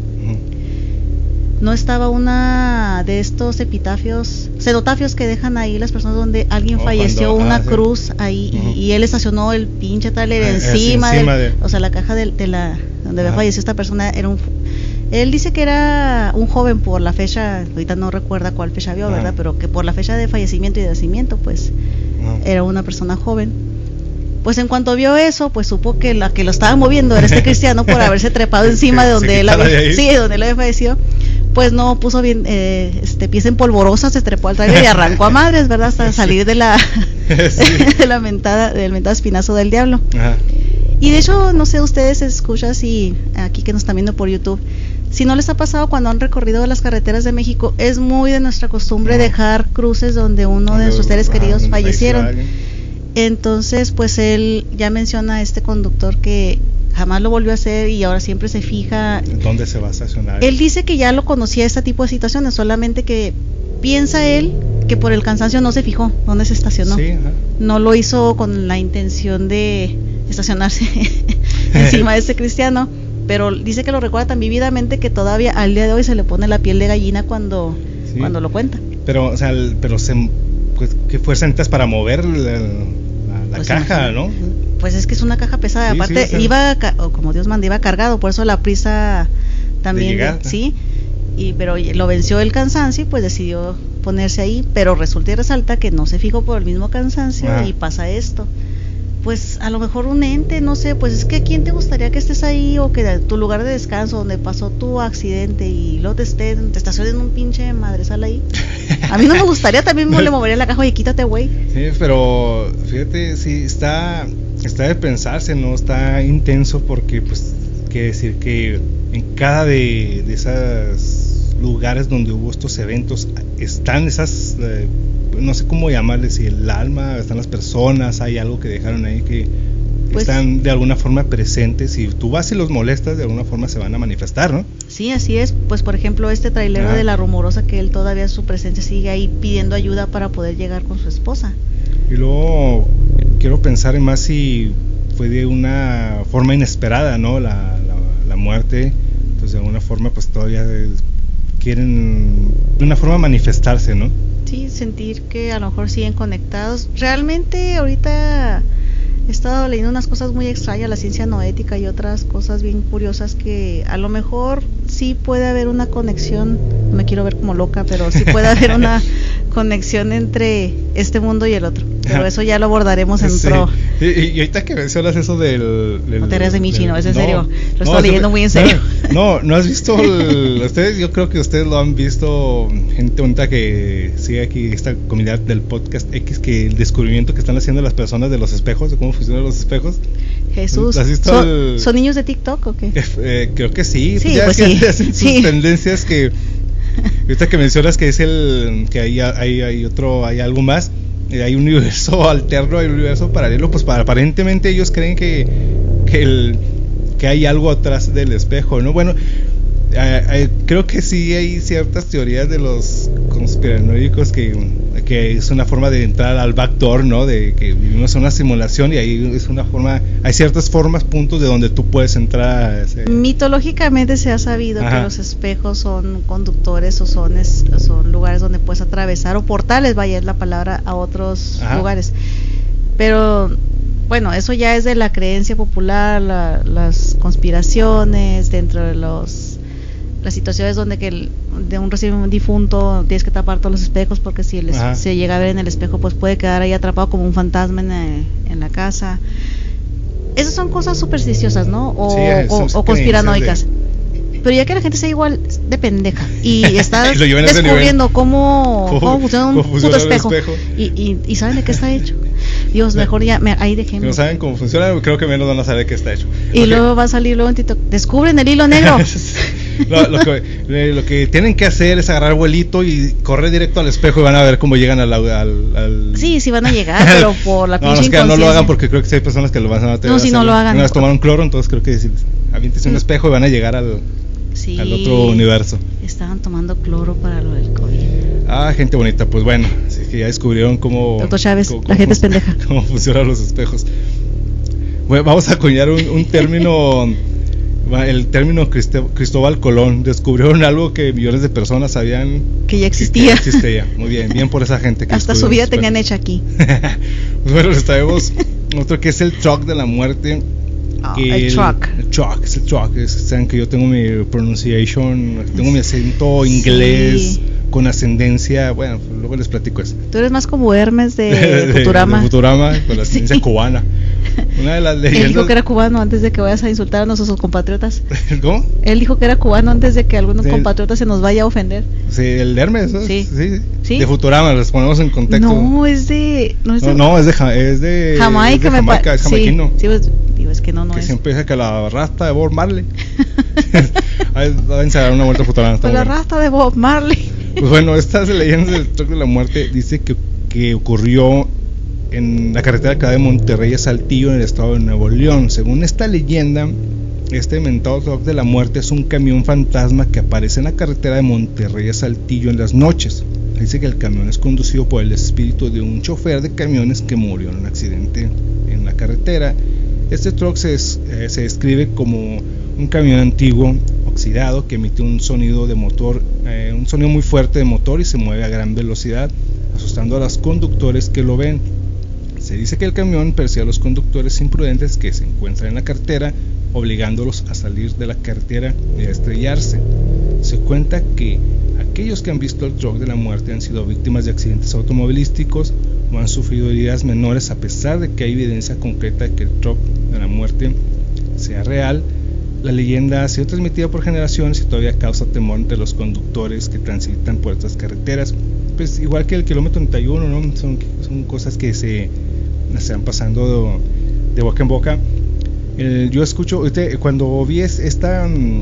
S2: No estaba una de estos cenotafios que dejan ahí las personas donde alguien falleció, una cruz ahí, y él estacionó el pinche trailer encima o sea, la caja de la donde había fallecido esta persona era él dice que era un joven por la fecha, ahorita no recuerda cuál fecha vio, ¿verdad? Pero que por la fecha de fallecimiento y de nacimiento, pues era una persona joven. Pues en cuanto vio eso, pues supo que la que lo estaba moviendo era este cristiano por haberse trepado encima de donde él había fallecido. Pues no puso bien, pies en polvorosa, se trepó al trailer y arrancó a madres, ¿verdad? Hasta salir de la del mentado Espinazo del Diablo. Y de hecho, no sé, ustedes escuchan si aquí que nos están viendo por YouTube, si no les ha pasado cuando han recorrido las carreteras de México, es muy de nuestra costumbre dejar cruces donde uno de nuestros seres queridos fallecieron. Entonces, pues él ya menciona a este conductor que jamás lo volvió a hacer y ahora siempre se fija
S1: dónde se va a estacionar.
S2: Él dice que ya lo conocía este tipo de situaciones, solamente que piensa él que por el cansancio no se fijó dónde se estacionó. No lo hizo con la intención de estacionarse encima de este cristiano, pero dice que lo recuerda tan vívidamente que todavía al día de hoy se le pone la piel de gallina cuando lo cuenta.
S1: Pero, o sea, pues, ¿qué fuerza necesitas para mover la caja, no?
S2: Pues es que es una caja pesada, aparte como Dios manda, iba cargado, por eso la prisa también, pero lo venció el cansancio y pues decidió ponerse ahí, pero resulta y resalta que no se fijó por el mismo cansancio y pasa esto. Pues a lo mejor un ente, no sé, pues es que ¿quién te gustaría que estés ahí o que tu lugar de descanso donde pasó tu accidente y luego te estaciones en un pinche madresal ahí? A mí no me gustaría, también le movería la caja y quítate, güey.
S1: Sí, pero fíjate, sí, está de pensarse, ¿no? Está intenso porque, pues, quiere decir que en cada de esos lugares donde hubo estos eventos están esas... no sé cómo llamarles, si el alma, están las personas, hay algo que dejaron ahí que están de alguna forma presentes, y tú vas y los molestas, de alguna forma se van a manifestar, ¿no?
S2: Sí, así es. Pues por ejemplo este trailero de La Rumorosa, que él todavía su presencia sigue ahí pidiendo ayuda para poder llegar con su esposa.
S1: Y luego quiero pensar en más si fue de una forma inesperada, ¿no? La muerte, pues de alguna forma pues todavía quieren de una forma manifestarse, ¿no?
S2: Sí, sentir que a lo mejor siguen conectados. Realmente ahorita he estado leyendo unas cosas muy extrañas, la ciencia noética y otras cosas bien curiosas que a lo mejor sí puede haber una conexión, no me quiero ver como loca, pero sí puede haber una conexión entre este mundo y el otro, pero eso ya lo abordaremos en otro.
S1: Y ahorita que mencionas eso del
S2: no te rías de mí, chino, es en serio, lo estoy leyendo muy en serio.
S1: No has visto ustedes, yo creo que ustedes lo han visto, gente bonita que sigue aquí esta comunidad del podcast X, que el descubrimiento que están haciendo las personas de los espejos, de cómo funcionan los espejos.
S2: Jesús, ¿son niños de TikTok o qué?
S1: Creo que sí,
S2: sí, pues
S1: que
S2: sí.
S1: hacen sus tendencias que ahorita que mencionas que es que hay otro, hay algo más, hay un universo alterno, hay un universo paralelo, pues aparentemente ellos creen que hay algo atrás del espejo, ¿no? Bueno, creo que sí hay ciertas teorías de los conspiranoicos que es una forma de entrar al backdoor, ¿no? De que vivimos en una simulación y ahí es una forma, hay ciertas formas, puntos de donde tú puedes entrar.
S2: Mitológicamente se ha sabido que los espejos son conductores o son lugares donde puedes atravesar, o portales, vaya es la palabra, a otros lugares. Pero bueno, eso ya es de la creencia popular, las conspiraciones dentro de las situaciones donde de un recién difunto tienes que tapar todos los espejos porque si se llega a ver en el espejo pues puede quedar ahí atrapado como un fantasma en la casa. Esas son cosas supersticiosas, ¿no? O conspiranoicas. Pero ya que la gente sea igual de pendeja y está descubriendo cómo funciona un puto espejo y saben de qué está hecho. Dios, mejor ya, ahí dejemos.
S1: Si no saben cómo funciona, creo que menos van a saber de qué está hecho.
S2: Y luego va a salir luego en TikTok, descubren el hilo negro.
S1: Lo que tienen que hacer es agarrar vuelito y correr directo al espejo y van a ver cómo llegan al...
S2: Sí, van a llegar, pero por la pinche inconsciencia.
S1: No lo hagan porque creo que hay personas que lo van a tener.
S2: No, si no lo hagan.
S1: Una vez tomaron cloro, entonces creo que aviéntense un espejo y van a llegar al otro universo.
S2: Estaban tomando cloro para lo del COVID.
S1: Gente bonita, pues bueno, así que ya descubrieron cómo...
S2: Doctor Chávez, la gente es pendeja.
S1: Cómo funcionan los espejos. Bueno, vamos a acuñar un término... El término Cristóbal Colón. Descubrieron algo que millones de personas sabían
S2: que ya existía.
S1: Que existía. Muy bien por esa gente que
S2: hasta su vida tenían hecha aquí.
S1: Pues bueno, les traemos otro que es el truck de la muerte.
S2: El truck.
S1: Es el truck. Saben que yo tengo mi pronunciation, tengo mi acento inglés con ascendencia. Bueno, luego les platico eso.
S2: Tú eres más como Hermes de Futurama.
S1: De Futurama, con la ascendencia cubana. Una de las leyendas.
S2: Él dijo que era cubano antes de que vayas a insultar a nuestros compatriotas.
S1: ¿Cómo?
S2: Él dijo que era cubano antes de que algunos compatriotas se nos vaya a ofender.
S1: Sí, el de Hermes, ¿no?
S2: Sí.
S1: De Futurama, les ponemos en contexto.
S2: No, es de
S1: Jamaica, es jamaiquino.
S2: Sí, pues, digo, es que no
S1: que
S2: es.
S1: Siempre dice que la rasta de Bob Marley. Váyanse a dar una vuelta a Futurama.
S2: Pues la rasta de Bob Marley.
S1: Pues bueno, estas leyendas del truck de la muerte dice que ocurrió en la carretera que va de Monterrey a Saltillo en el estado de Nuevo León. Según esta leyenda, este inventado truck de la muerte es un camión fantasma que aparece en la carretera de Monterrey a Saltillo en las noches. Dice que el camión es conducido por el espíritu de un chofer de camiones que murió en un accidente en la carretera. Este truck se describe como un camión antiguo, oxidado, que emite un sonido de motor, un sonido muy fuerte de motor y se mueve a gran velocidad, asustando a los conductores que lo ven. Se dice que el camión persigue a los conductores imprudentes que se encuentran en la carretera, obligándolos a salir de la carretera y a estrellarse. Se cuenta que aquellos que han visto el truck de la muerte han sido víctimas de accidentes automovilísticos o han sufrido heridas menores, a pesar de que hay evidencia concreta de que el truck de la muerte sea real. La leyenda ha sido transmitida por generaciones y todavía causa temor entre los conductores que transitan por estas carreteras. Pues igual que el kilómetro 31, ¿no? Son cosas que se han pasando de boca en boca. Yo escucho, cuando vi esta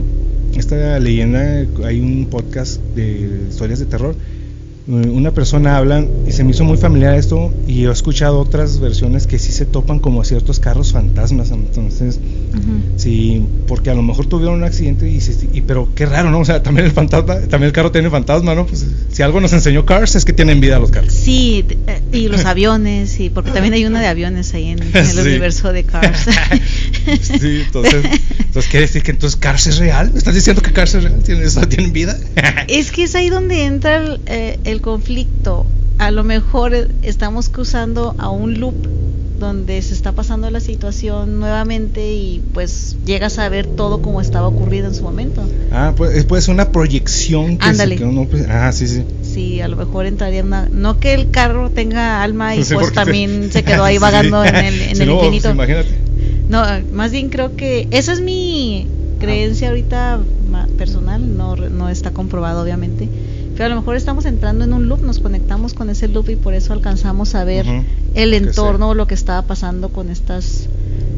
S1: leyenda, hay un podcast de historias de terror. Una persona habla y se me hizo muy familiar esto, y yo he escuchado otras versiones que sí se topan como ciertos carros fantasmas. Entonces sí, porque a lo mejor tuvieron un accidente pero qué raro, ¿no? O sea, también el carro tiene fantasma, ¿no? Pues si algo nos enseñó Cars es que tienen vida los carros.
S2: Sí, y los aviones, y porque también hay una de aviones ahí en el universo de Cars.
S1: Sí, entonces quiere decir que entonces Cars es real. ¿Me estás diciendo que Cars es real? ¿Tienen vida?
S2: Es que es ahí donde entra el conflicto. A lo mejor estamos cruzando a un loop donde se está pasando la situación nuevamente y pues llegas a ver todo como estaba ocurrido en su momento.
S1: Pues puede ser una proyección que
S2: ándale.
S1: Sí.
S2: Sí, a lo mejor entraría no que el carro tenga alma y sí, pues también se quedó ahí vagando sí. en el infinito.
S1: Pues, imagínate.
S2: No, más bien creo que esa es mi creencia ahorita personal, no está comprobado obviamente, pero a lo mejor estamos entrando en un loop, nos conectamos con ese loop y por eso alcanzamos a ver el entorno, lo que estaba pasando con estas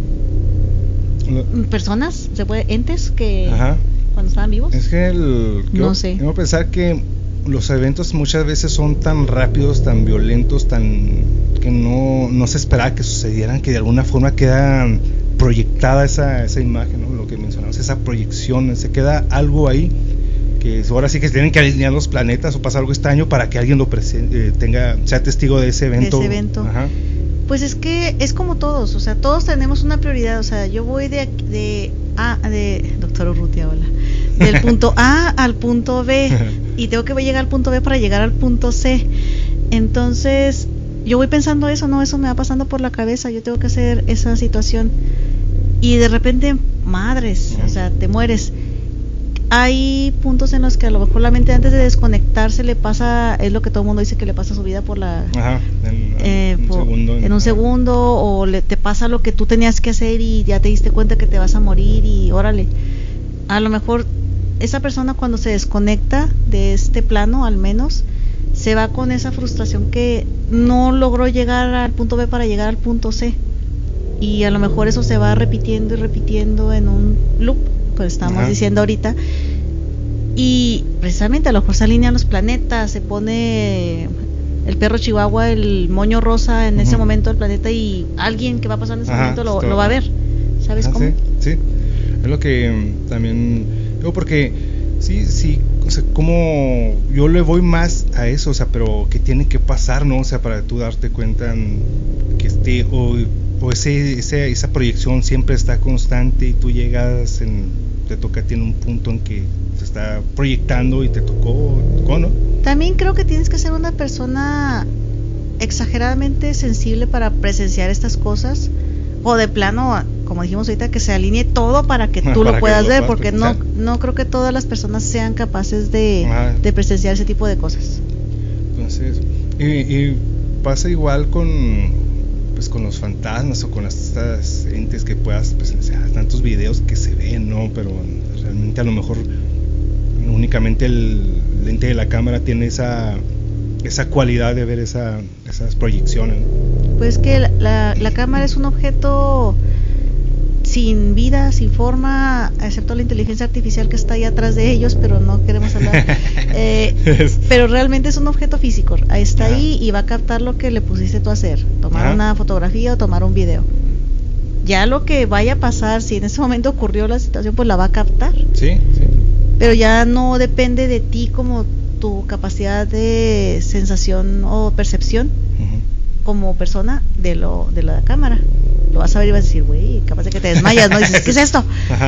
S2: personas, entes que cuando estaban vivos.
S1: Es que no sé. Tengo que pensar que los eventos muchas veces son tan rápidos, tan violentos, que no se esperaba que sucedieran, que de alguna forma queda proyectada esa imagen, ¿no? Lo que mencionamos, esa proyección, se queda algo ahí que ahora sí que se tienen que alinear los planetas o pasa algo extraño para que alguien lo sea testigo de ese evento.
S2: Pues es que es como todos, o sea, todos tenemos una prioridad, o sea, yo voy de doctor Urrutia, hola, del punto A al punto B y tengo que llegar al punto B para llegar al punto C. Entonces, yo voy pensando eso me va pasando por la cabeza, yo tengo que hacer esa situación y de repente, madres, o sea, te mueres. Hay puntos en los que a lo mejor la mente antes de desconectarse le pasa, es lo que todo el mundo dice que le pasa a su vida por la en un segundo o te pasa lo que tú tenías que hacer y ya te diste cuenta que te vas a morir y órale. A lo mejor esa persona cuando se desconecta de este plano al menos se va con esa frustración que no logró llegar al punto B para llegar al punto C y a lo mejor eso se va repitiendo y repitiendo en un loop, pues estamos diciendo ahorita, y precisamente a lo mejor se alinean los planetas, se pone el perro chihuahua, el moño rosa en ese momento del planeta y alguien que va pasando en ese momento lo va a ver, ¿sabes cómo?
S1: Sí, es lo que también digo, porque sí, o sea, como yo le voy más a eso, o sea, pero que tiene que pasar, ¿no? O sea, para tú darte cuenta que esté o esa proyección siempre está constante y tú llegas te toca, tiene un punto en que se está proyectando y te tocó, ¿no?
S2: También creo que tienes que ser una persona exageradamente sensible para presenciar estas cosas o de plano, como dijimos ahorita, que se alinee todo para que tú lo puedas ver, porque no creo que todas las personas sean capaces de presenciar ese tipo de cosas.
S1: Entonces, y pasa igual con los fantasmas o con estas entes que puedas presenciar, tantos videos que se ven, ¿no? Pero realmente a lo mejor únicamente el lente de la cámara tiene esa cualidad de ver esas proyecciones, ¿no?
S2: Pues que la cámara es un objeto sin vida, sin forma, excepto la inteligencia artificial que está ahí atrás de ellos, pero no queremos hablar. Pero realmente es un objeto físico, ahí está ahí y va a captar lo que le pusiste tú a hacer, tomar una fotografía o tomar un video. Ya lo que vaya a pasar, si en ese momento ocurrió la situación, pues la va a captar. Sí. Pero ya no depende de ti como tu capacidad de sensación o percepción como persona de la cámara. Lo vas a ver y vas a decir, güey, capaz de que te desmayas, ¿no? Y dices, ¿qué es esto?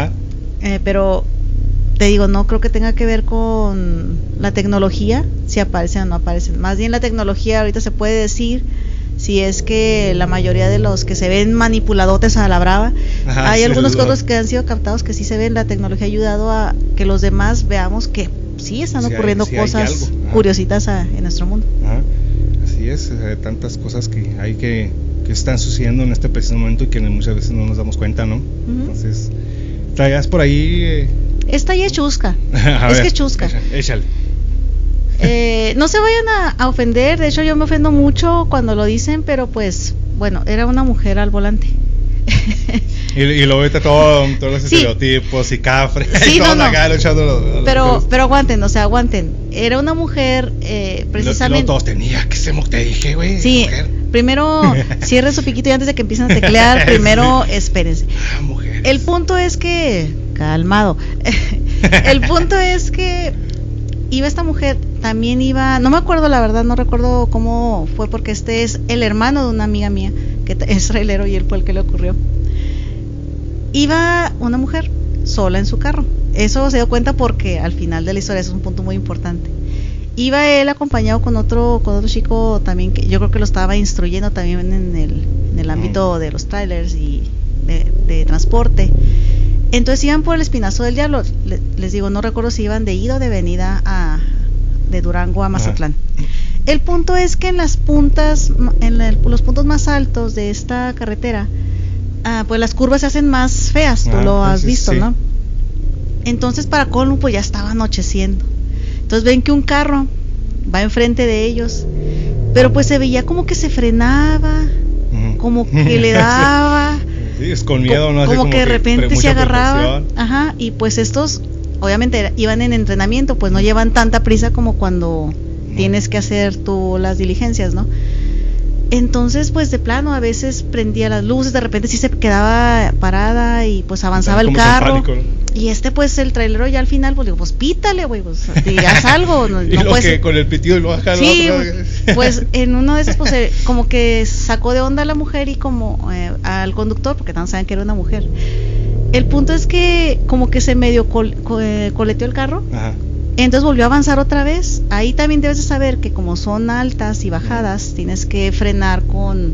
S2: Pero te digo, no creo que tenga que ver con la tecnología, si aparecen o no aparecen. Más bien la tecnología ahorita se puede decir si es que la mayoría de los que se ven manipuladotes a la brava, hay algunos otros que han sido captados que sí se ven, la tecnología ha ayudado a que los demás veamos que sí están ocurriendo cosas curiositas en nuestro mundo.
S1: Así es, tantas cosas que hay que están sucediendo en este preciso momento y que muchas veces no nos damos cuenta, ¿no? Entonces, traías por ahí...
S2: Esta ya es chusca, que es chusca.
S1: Échale.
S2: No se vayan a ofender, de hecho yo me ofendo mucho cuando lo dicen, pero pues, bueno, era una mujer al volante.
S1: y lo vete todos los estereotipos y cafres.
S2: Sí, y pero aguanten. Era una mujer, precisamente.
S1: Todos tenía que ser, te dije, güey.
S2: Sí, mujer. Primero cierren su piquito y antes de que empiecen a teclear, primero espérense.
S1: Mujeres.
S2: El punto es que, calmado. El punto es que iba esta mujer, también iba, no me acuerdo la verdad, no recuerdo cómo fue, porque este es el hermano de una amiga mía que es trailero y él fue el que le ocurrió. Iba una mujer sola en su carro, eso se dio cuenta porque al final de la historia es un punto muy importante. Iba él acompañado con otro chico también, que yo creo que lo estaba instruyendo también en el ámbito de los trailers y de transporte. Entonces iban por el Espinazo del Diablo. Les digo, no recuerdo si iban de ida o de venida de Durango a Mazatlán. El punto es que en las puntas, los puntos más altos de esta carretera, pues las curvas se hacen más feas, tú lo has visto, ¿no? Entonces para colmo pues ya estaba anocheciendo. Entonces ven que un carro va enfrente de ellos, pero pues se veía como que se frenaba, como que le daba,
S1: sí, es con miedo, ¿no?
S2: Como que de repente se agarraba, y pues estos obviamente iban en entrenamiento, pues no llevan tanta prisa como cuando tienes que hacer tú las diligencias, ¿no? Entonces pues de plano a veces prendía las luces, de repente sí se quedaba parada y pues avanzaba el carro, pánico, ¿no? Y pues el trailero ya al final pues digo, pues pítale, güey, pues haz algo, no,
S1: y
S2: no
S1: lo que con el pitido y lo baja,
S2: sí, pues en uno de esos pues como que sacó de onda a la mujer y como al conductor, porque también saben que era una mujer. El punto es que como que se medio coleteó el carro. Ajá. Entonces volvió a avanzar otra vez. Ahí también debes de saber que como son altas y bajadas, tienes que frenar con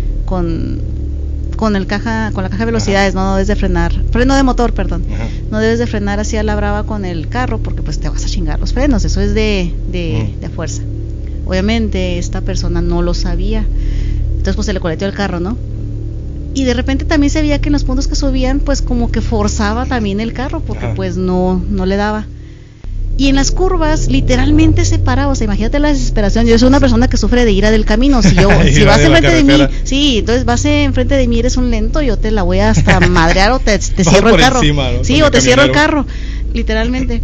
S2: la caja de velocidades. Ajá. No debes de frenar, freno de motor, perdón. Ajá. No debes de frenar así a la brava con el carro porque pues te vas a chingar los frenos, eso es de fuerza. Obviamente esta persona no lo sabía, entonces pues se le coleteó el carro, ¿no? Y de repente también se veía que en los puntos que subían pues como que forzaba también el carro porque Ajá. pues no le daba. Y en las curvas literalmente se paraba, o sea, imagínate la desesperación. Yo soy una persona que sufre de ira del camino. Si vas enfrente de mí, sí, entonces vas enfrente de mí, eres un lento, yo te la voy a hasta madrear o te cierro el carro. Encima, ¿no? Sí, o te cierro el carro, literalmente.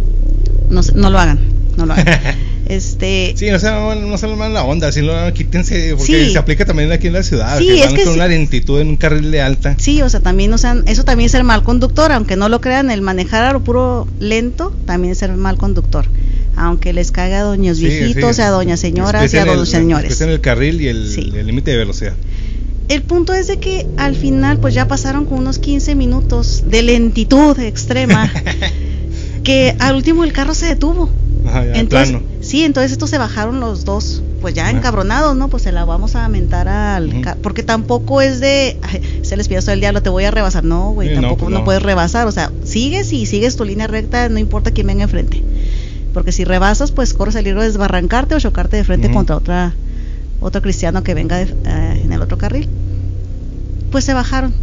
S2: No lo hagan, no lo hagan.
S1: Sí, no se le la onda, así quítense, porque se aplica también aquí en la ciudad,
S2: sí,
S1: que van con una lentitud en un carril de alta.
S2: Sí, o sea, también, eso también es ser mal conductor, aunque no lo crean, el manejar a lo puro lento también es ser mal conductor, aunque les caiga a doños viejitos, a doñas señoras y a doños señores.
S1: En el carril y el límite de velocidad.
S2: El punto es de que al final pues ya pasaron con unos 15 minutos de lentitud extrema, que al último el carro se detuvo.
S1: Ajá,
S2: entonces, sí, entonces estos se bajaron los dos, pues ya encabronados, ¿no? Pues se la vamos a mentar al porque tampoco es de se les pidió el diablo, te voy a rebasar, no, güey, tampoco no puedes rebasar, o sea, sigues tu línea recta, no importa quién venga enfrente, porque si rebasas, pues corres el riesgo de desbarrancarte o chocarte de frente contra otro cristiano que venga en el otro carril. Pues se bajaron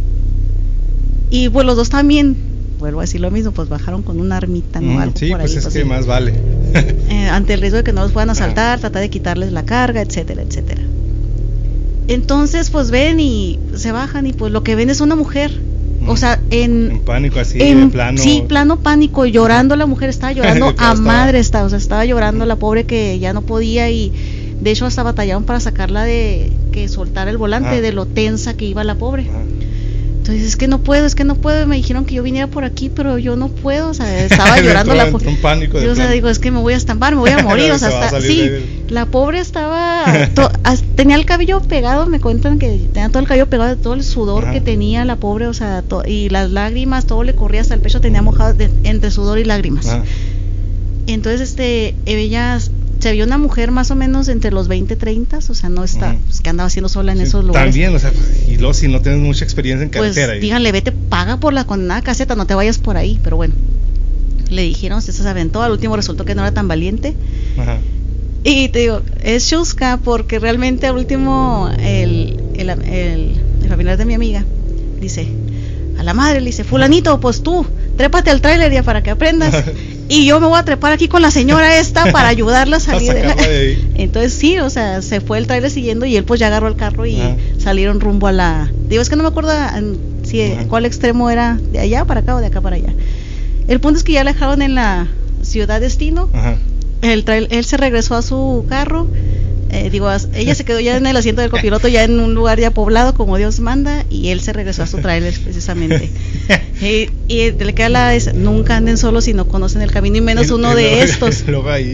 S2: y pues los dos también, vuelvo a decir lo mismo, pues bajaron con una armita, ¿no? Algo
S1: sí,
S2: por ahí,
S1: pues es que más vale.
S2: Ante el riesgo de que no los puedan asaltar, tratar de quitarles la carga, etcétera, etcétera. Entonces, pues ven y se bajan y pues lo que ven es una mujer, o sea, en
S1: pánico así, de plano.
S2: Sí, plano pánico, llorando la mujer, estaba llorando a madre, estaba llorando la pobre que ya no podía y de hecho hasta batallaron para sacarla de que soltara el volante de lo tensa que iba la pobre. Entonces es que no puedo, me dijeron que yo viniera por aquí, pero yo no puedo, o sea, estaba llorando la pobre.
S1: Un pánico de
S2: o sea, digo, es que me voy a estampar, me voy a morir, o sea, la pobre estaba, tenía el cabello pegado, me cuentan que tenía todo el cabello pegado de todo el sudor que tenía la pobre, o sea, y las lágrimas, todo le corría hasta el pecho, tenía mojado entre sudor y lágrimas. Entonces, ella se vio una mujer más o menos entre los 20 y 30, o sea, no está, pues, que andaba haciendo sola en esos lugares.
S1: También, o sea, y luego si no tienes mucha experiencia en carretera.
S2: Pues díganle, vete, paga por la condenada caseta, no te vayas por ahí, pero bueno. Le dijeron, se aventó, al último resultó que no era tan valiente. Ajá. Y te digo, es chusca porque realmente al último el familiar de mi amiga dice, a la madre le dice, fulanito, pues tú, trépate al tráiler ya para que aprendas. Y yo me voy a trepar aquí con la señora esta para ayudarla a salir de ahí. Entonces sí, o sea, se fue el tráiler siguiendo y él pues ya agarró el carro y salieron rumbo a la... Digo, es que no me acuerdo cuál extremo era, de allá para acá o de acá para allá. El punto es que ya la dejaron en la ciudad destino. Él se regresó a su carro. Ella se quedó ya en el asiento del copiloto, ya en un lugar ya poblado como Dios manda, y él se regresó a su tráiler precisamente. Y le queda nunca anden solos si no conocen el camino, y menos uno de estos.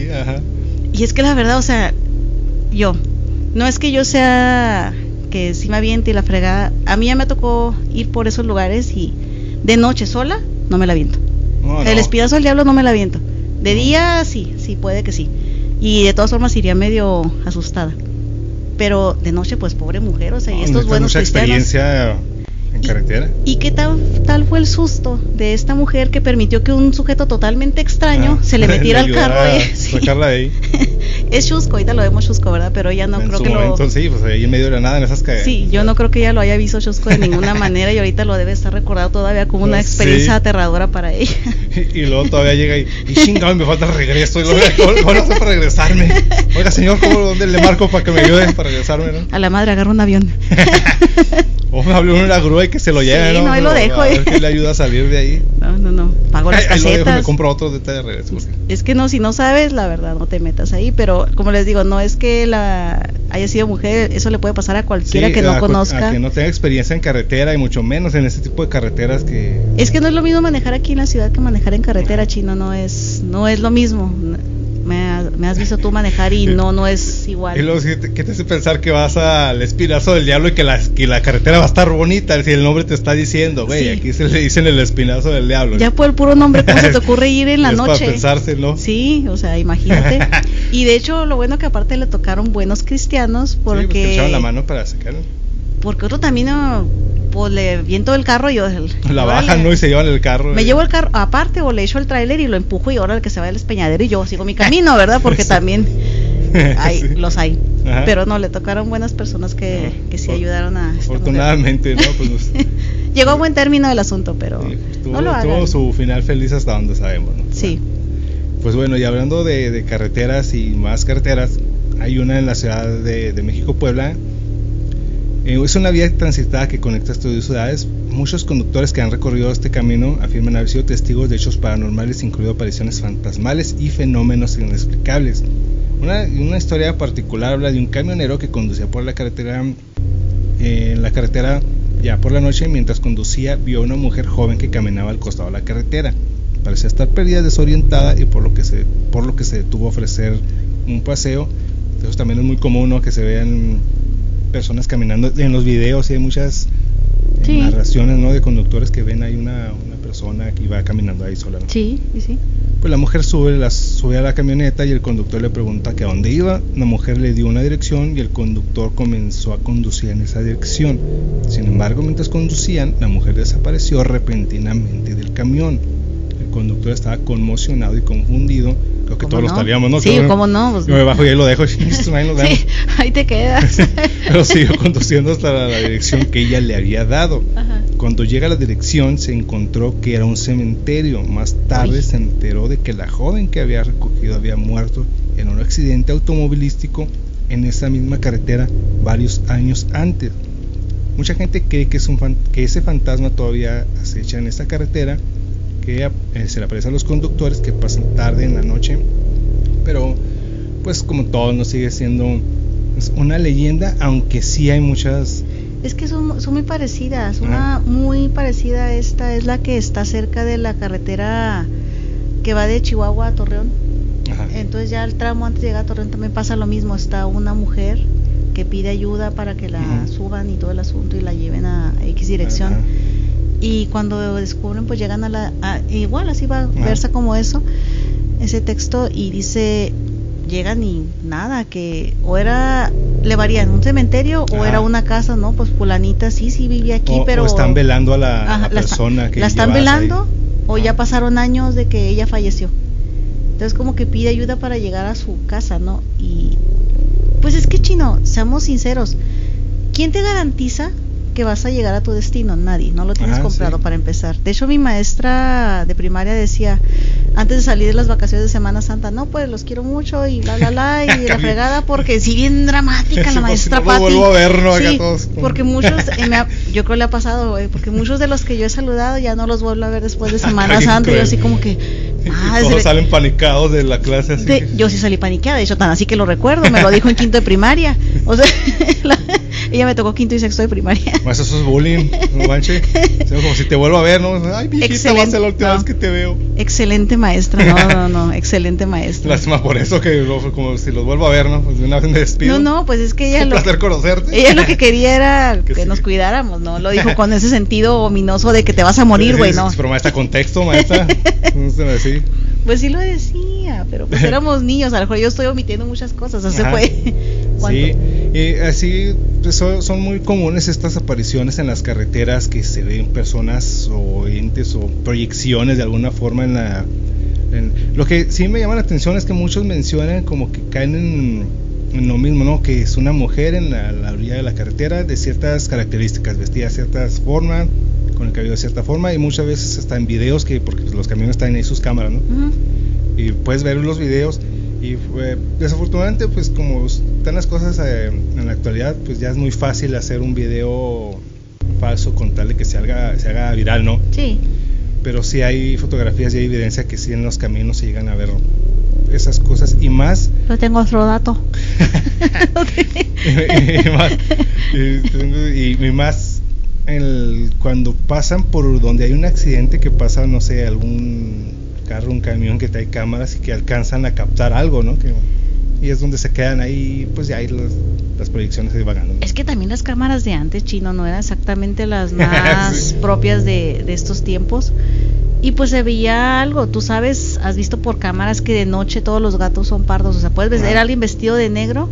S2: Y es que la verdad, o sea, no es que yo sea que sí me aviente y la fregada, a mí ya me tocó ir por esos lugares y de noche sola no me la aviento. El espinazo del diablo no me la aviento. De día sí puede que sí. y de todas formas iría medio asustada. Pero de noche, pues pobre mujer, o sea, y estos buenos
S1: mucha
S2: cristianos.
S1: Experiencia en carretera.
S2: ¿Y qué tal fue el susto de esta mujer que permitió que un sujeto totalmente extraño se le metiera al carro?
S1: Sacarla de ahí.
S2: Es chusco, ahorita lo vemos chusco, ¿verdad? Pero ella no
S1: en
S2: creo
S1: su
S2: que
S1: momento, sí, pues ahí en medio de la nada en esas cadenas.
S2: Sí, yo no creo que ella lo haya visto chusco de ninguna manera y ahorita lo debe estar recordado todavía como una experiencia aterradora para ella.
S1: Y luego todavía llega y chingado, me falta el regreso. Y luego, ¿cómo lo hacer para regresarme? Oiga, señor, ¿dónde le marco para que me ayude para regresarme? ¿No?
S2: A la madre, agarra un avión.
S1: O me habló una grúa y que se lo lleve,
S2: sí,
S1: ¿no?
S2: Ahí lo dejo.
S1: A ver quién le ayuda a salir de ahí.
S2: No. Pago las casetas.
S1: Ahí lo dejo, me compro otro detalle de regreso.
S2: Es que no, si no sabes, la verdad, no te metas ahí. Pero, como les digo, no es que haya sido mujer, eso le puede pasar a cualquiera que no conozca.
S1: A que no tenga experiencia en carretera y mucho menos en este tipo de carreteras que...
S2: Es que no es lo mismo manejar aquí en la ciudad que manejar en carretera, Chino, no es lo mismo. Me has visto tú manejar y no es igual.
S1: Y luego, ¿qué te hace pensar que vas al Espinazo del Diablo y que la carretera va a estar bonita? Si el nombre te está diciendo, güey, sí. Aquí se le dicen el Espinazo del Diablo.
S2: Ya por el puro nombre, ¿cómo se te ocurre ir en la noche?
S1: Para pensarse, ¿no?
S2: Sí, o sea, imagínate. Y de hecho, lo bueno que aparte le tocaron buenos cristianos, porque...
S1: Sí, porque echaron la mano para sacarlo.
S2: Porque otro también, pues le viento el carro y yo...
S1: La bajan, ¿no? Y se llevan el carro.
S2: Me llevo el carro aparte o le echo el tráiler y lo empujo y ahora el que se va al despeñadero y yo sigo mi camino, ¿verdad? Porque también sí. Los hay. Ajá. Pero no, le tocaron buenas personas que sí ayudaron a esta
S1: afortunadamente,
S2: mujer.
S1: ¿no? Pues,
S2: llegó a buen término el asunto, pero
S1: sí, pues,
S2: no lo hagan.
S1: Tuvo su final feliz hasta donde sabemos, ¿no?
S2: Sí.
S1: Pues bueno, y hablando de carreteras y más carreteras, hay una en la ciudad de México, Puebla. Es una vía transitada que conecta estas dos ciudades. Muchos conductores que han recorrido este camino afirman haber sido testigos de hechos paranormales, incluido apariciones fantasmales y fenómenos inexplicables. Una historia particular habla de un camionero que conducía por la carretera, ya por la noche. Mientras conducía, vio a una mujer joven que caminaba al costado de la carretera. Parecía estar perdida, desorientada, y por lo que se detuvo a ofrecer un paseo. Entonces también es muy común, ¿no?, que se vean personas caminando en los videos, y hay muchas narraciones, ¿no?, de conductores que ven ahí una persona que va caminando ahí sola, ¿no?
S2: Sí.
S1: Pues la mujer sube a la camioneta y el conductor le pregunta que a dónde iba. La mujer le dio una dirección y el conductor comenzó a conducir en esa dirección. Sin embargo, mientras conducían, la mujer desapareció repentinamente del camión. El conductor estaba conmocionado y confundido. Creo que todos lo estaríamos, ¿no?
S2: Sí, ¿cómo no? Pues,
S1: yo me bajo y ahí lo dejo. Sí,
S2: ahí te quedas.
S1: Pero siguió conduciendo hasta la dirección que ella le había dado.
S2: Ajá.
S1: Cuando llega a la dirección, se encontró que era un cementerio. Más tarde se enteró de que la joven que había recogido había muerto en un accidente automovilístico en esa misma carretera varios años antes. Mucha gente cree que ese fantasma todavía acecha en esta carretera, que se le aparece a los conductores que pasan tarde en la noche, pero pues como todo no sigue siendo una leyenda, aunque sí hay muchas.
S2: Es que son muy parecidas. Una muy parecida a esta es la que está cerca de la carretera que va de Chihuahua a Torreón. Ajá. Entonces ya el tramo antes de llegar a Torreón también pasa lo mismo. Está una mujer que pide ayuda para que la suban y todo el asunto y la lleven a X dirección. Ajá. Y cuando descubren, pues llegan igual así va, versa como ese texto, y dice, llegan y nada, que le varían un cementerio o era una casa, ¿no? Pues fulanita sí vivía aquí, pero...
S1: O están velando a la persona que
S2: la están velando
S1: ahí.
S2: O ya pasaron años de que ella falleció. Entonces como que pide ayuda para llegar a su casa, ¿no? Y pues es que, Chino, seamos sinceros, ¿quién te garantiza que vas a llegar a tu destino? Nadie, no lo tienes comprado para empezar. De hecho, mi maestra de primaria decía, antes de salir de las vacaciones de Semana Santa, no, pues los quiero mucho y bla bla bla y la fregada, porque si bien dramática la maestra Pati.
S1: Vuelvo a ver, ¿no?
S2: Sí, porque muchos, yo creo le ha pasado, porque muchos de los que yo he saludado ya no los vuelvo a ver después de Semana Santa, y yo así como que
S1: todos salen panicados de la clase así.
S2: Yo sí salí paniqueada, de hecho tan así que lo recuerdo, me lo dijo en quinto de primaria. O sea, ella me tocó quinto y sexto de primaria.
S1: Pues eso es bullying, no manches. Como si te vuelvo a ver, ¿no? Ay, viejita, va a ser la última vez que te veo.
S2: Excelente maestra, no, excelente maestra.
S1: Lástima por eso, que como si los vuelvo a ver, ¿no? Pues de una vez me despido.
S2: No, pues es que ella...
S1: Es un placer conocerte.
S2: Ella lo que quería era que nos cuidáramos, ¿no? Lo dijo con ese sentido ominoso de que te vas a morir, güey, ¿no?
S1: Pero maestra, contexto, maestra. No sé decir.
S2: Pues sí lo decía, pero pues éramos niños, a lo mejor yo estoy omitiendo muchas cosas, no se puede.
S1: Sí, y así pues, son muy comunes estas apariciones en las carreteras que se ven personas o entes o proyecciones de alguna forma lo que sí me llama la atención es que muchos mencionan como que caen en lo mismo, ¿no? Que es una mujer en la orilla de la carretera de ciertas características, vestida de ciertas formas, con el cabello de cierta forma, y muchas veces hasta en videos porque los camiones traen ahí sus cámaras, ¿no? Y puedes ver los videos y desafortunadamente pues como están las cosas en la actualidad, pues ya es muy fácil hacer un video falso con tal de que se haga viral, ¿no?
S2: Sí.
S1: Pero sí hay fotografías y hay evidencia que sí en los caminos se llegan a ver esas cosas y más.
S2: Yo tengo otro dato.
S1: y más cuando pasan por donde hay un accidente, que pasa, no sé, algún carro, un camión que trae cámaras y que alcanzan a captar algo, ¿no? Y es donde se quedan ahí, pues ya hay las proyecciones ahí vagando, ¿no?
S2: Es que también las cámaras de antes, Chino, no eran exactamente las más sí. propias de estos tiempos. Y pues se veía algo, tú sabes, has visto por cámaras que de noche todos los gatos son pardos, o sea, puedes ver a alguien vestido de negro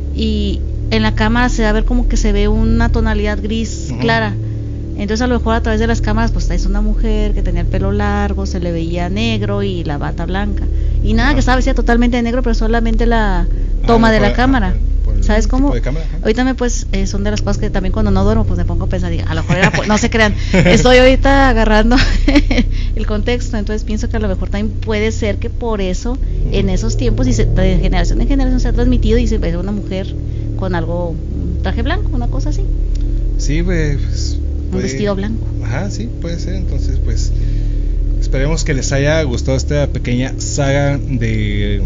S2: y en la cámara se va a ver como que se ve una tonalidad gris clara. Entonces a lo mejor a través de las cámaras pues es una mujer que tenía el pelo largo, se le veía negro y la bata blanca. Y nada, que estaba vestida totalmente de negro, pero solamente la toma de la cámara. ¿Sabes cómo? Ahorita son de las cosas que también cuando no duermo pues me pongo a pensar, digo, a lo mejor era no se crean, estoy ahorita agarrando el contexto, entonces pienso que a lo mejor también puede ser que por eso en esos tiempos y de generación en generación se ha transmitido y se ve una mujer con algo, un traje blanco, una cosa así.
S1: Sí, pues
S2: un vestido blanco.
S1: Ajá, sí, puede ser. Entonces pues esperemos que les haya gustado esta pequeña saga de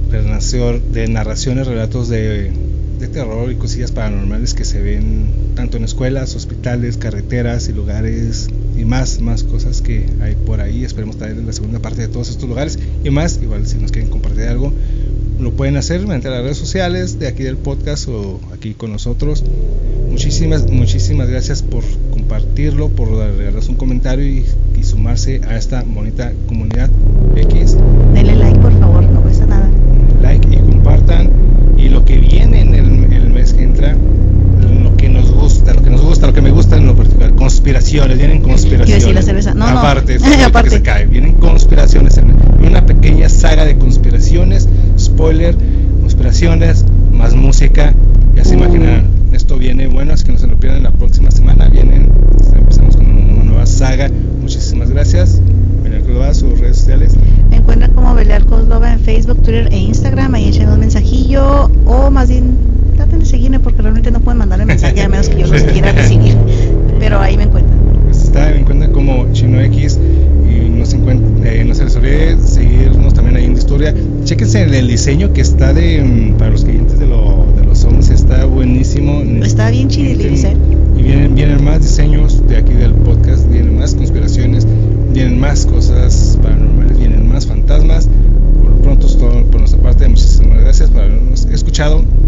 S1: narraciones, relatos de terror y cosillas paranormales que se ven tanto en escuelas, hospitales, carreteras y lugares y más cosas que hay por ahí. Esperemos traer la segunda parte de todos estos lugares y más. Igual si nos quieren compartir algo lo pueden hacer mediante las redes sociales de aquí del podcast o aquí con nosotros. Muchísimas gracias por compartirlo, por regalarnos un comentario y sumarse a esta bonita comunidad X.
S2: Denle like, por favor, no cuesta nada.
S1: Like y compartan. Y lo que viene en el mes que entra, lo que nos gusta, lo que me gusta en lo particular, conspiraciones, vienen conspiraciones.
S2: Quiero decir la cerveza, no,
S1: aparte,
S2: no. Aparte.
S1: Que se cae, vienen conspiraciones, una pequeña saga de conspiraciones, spoiler, conspiraciones, más música, ya se imaginarán, esto viene bueno, así que no se lo pierdan la próxima semana, empezamos con una nueva saga. Muchísimas gracias. Belial Córdoba, sus redes sociales.
S2: Me encuentran como Belial Córdoba en Facebook, Twitter e Instagram. Ahí echen un mensajillo o más bien traten de seguirme porque realmente no pueden mandarme mensaje a menos que yo los quiera recibir. Pero ahí me encuentran.
S1: Pues me encuentran como Chino X y no se les olvide seguirnos también ahí en Disturbia. Chéquense el diseño que está para los clientes de los 11, está buenísimo.
S2: Está bien chido el diseño.
S1: Y vienen más diseños de aquí del podcast, vienen más conspiraciones, vienen más cosas paranormales, vienen más fantasmas. Por lo pronto es todo por nuestra parte. Muchísimas gracias por habernos escuchado.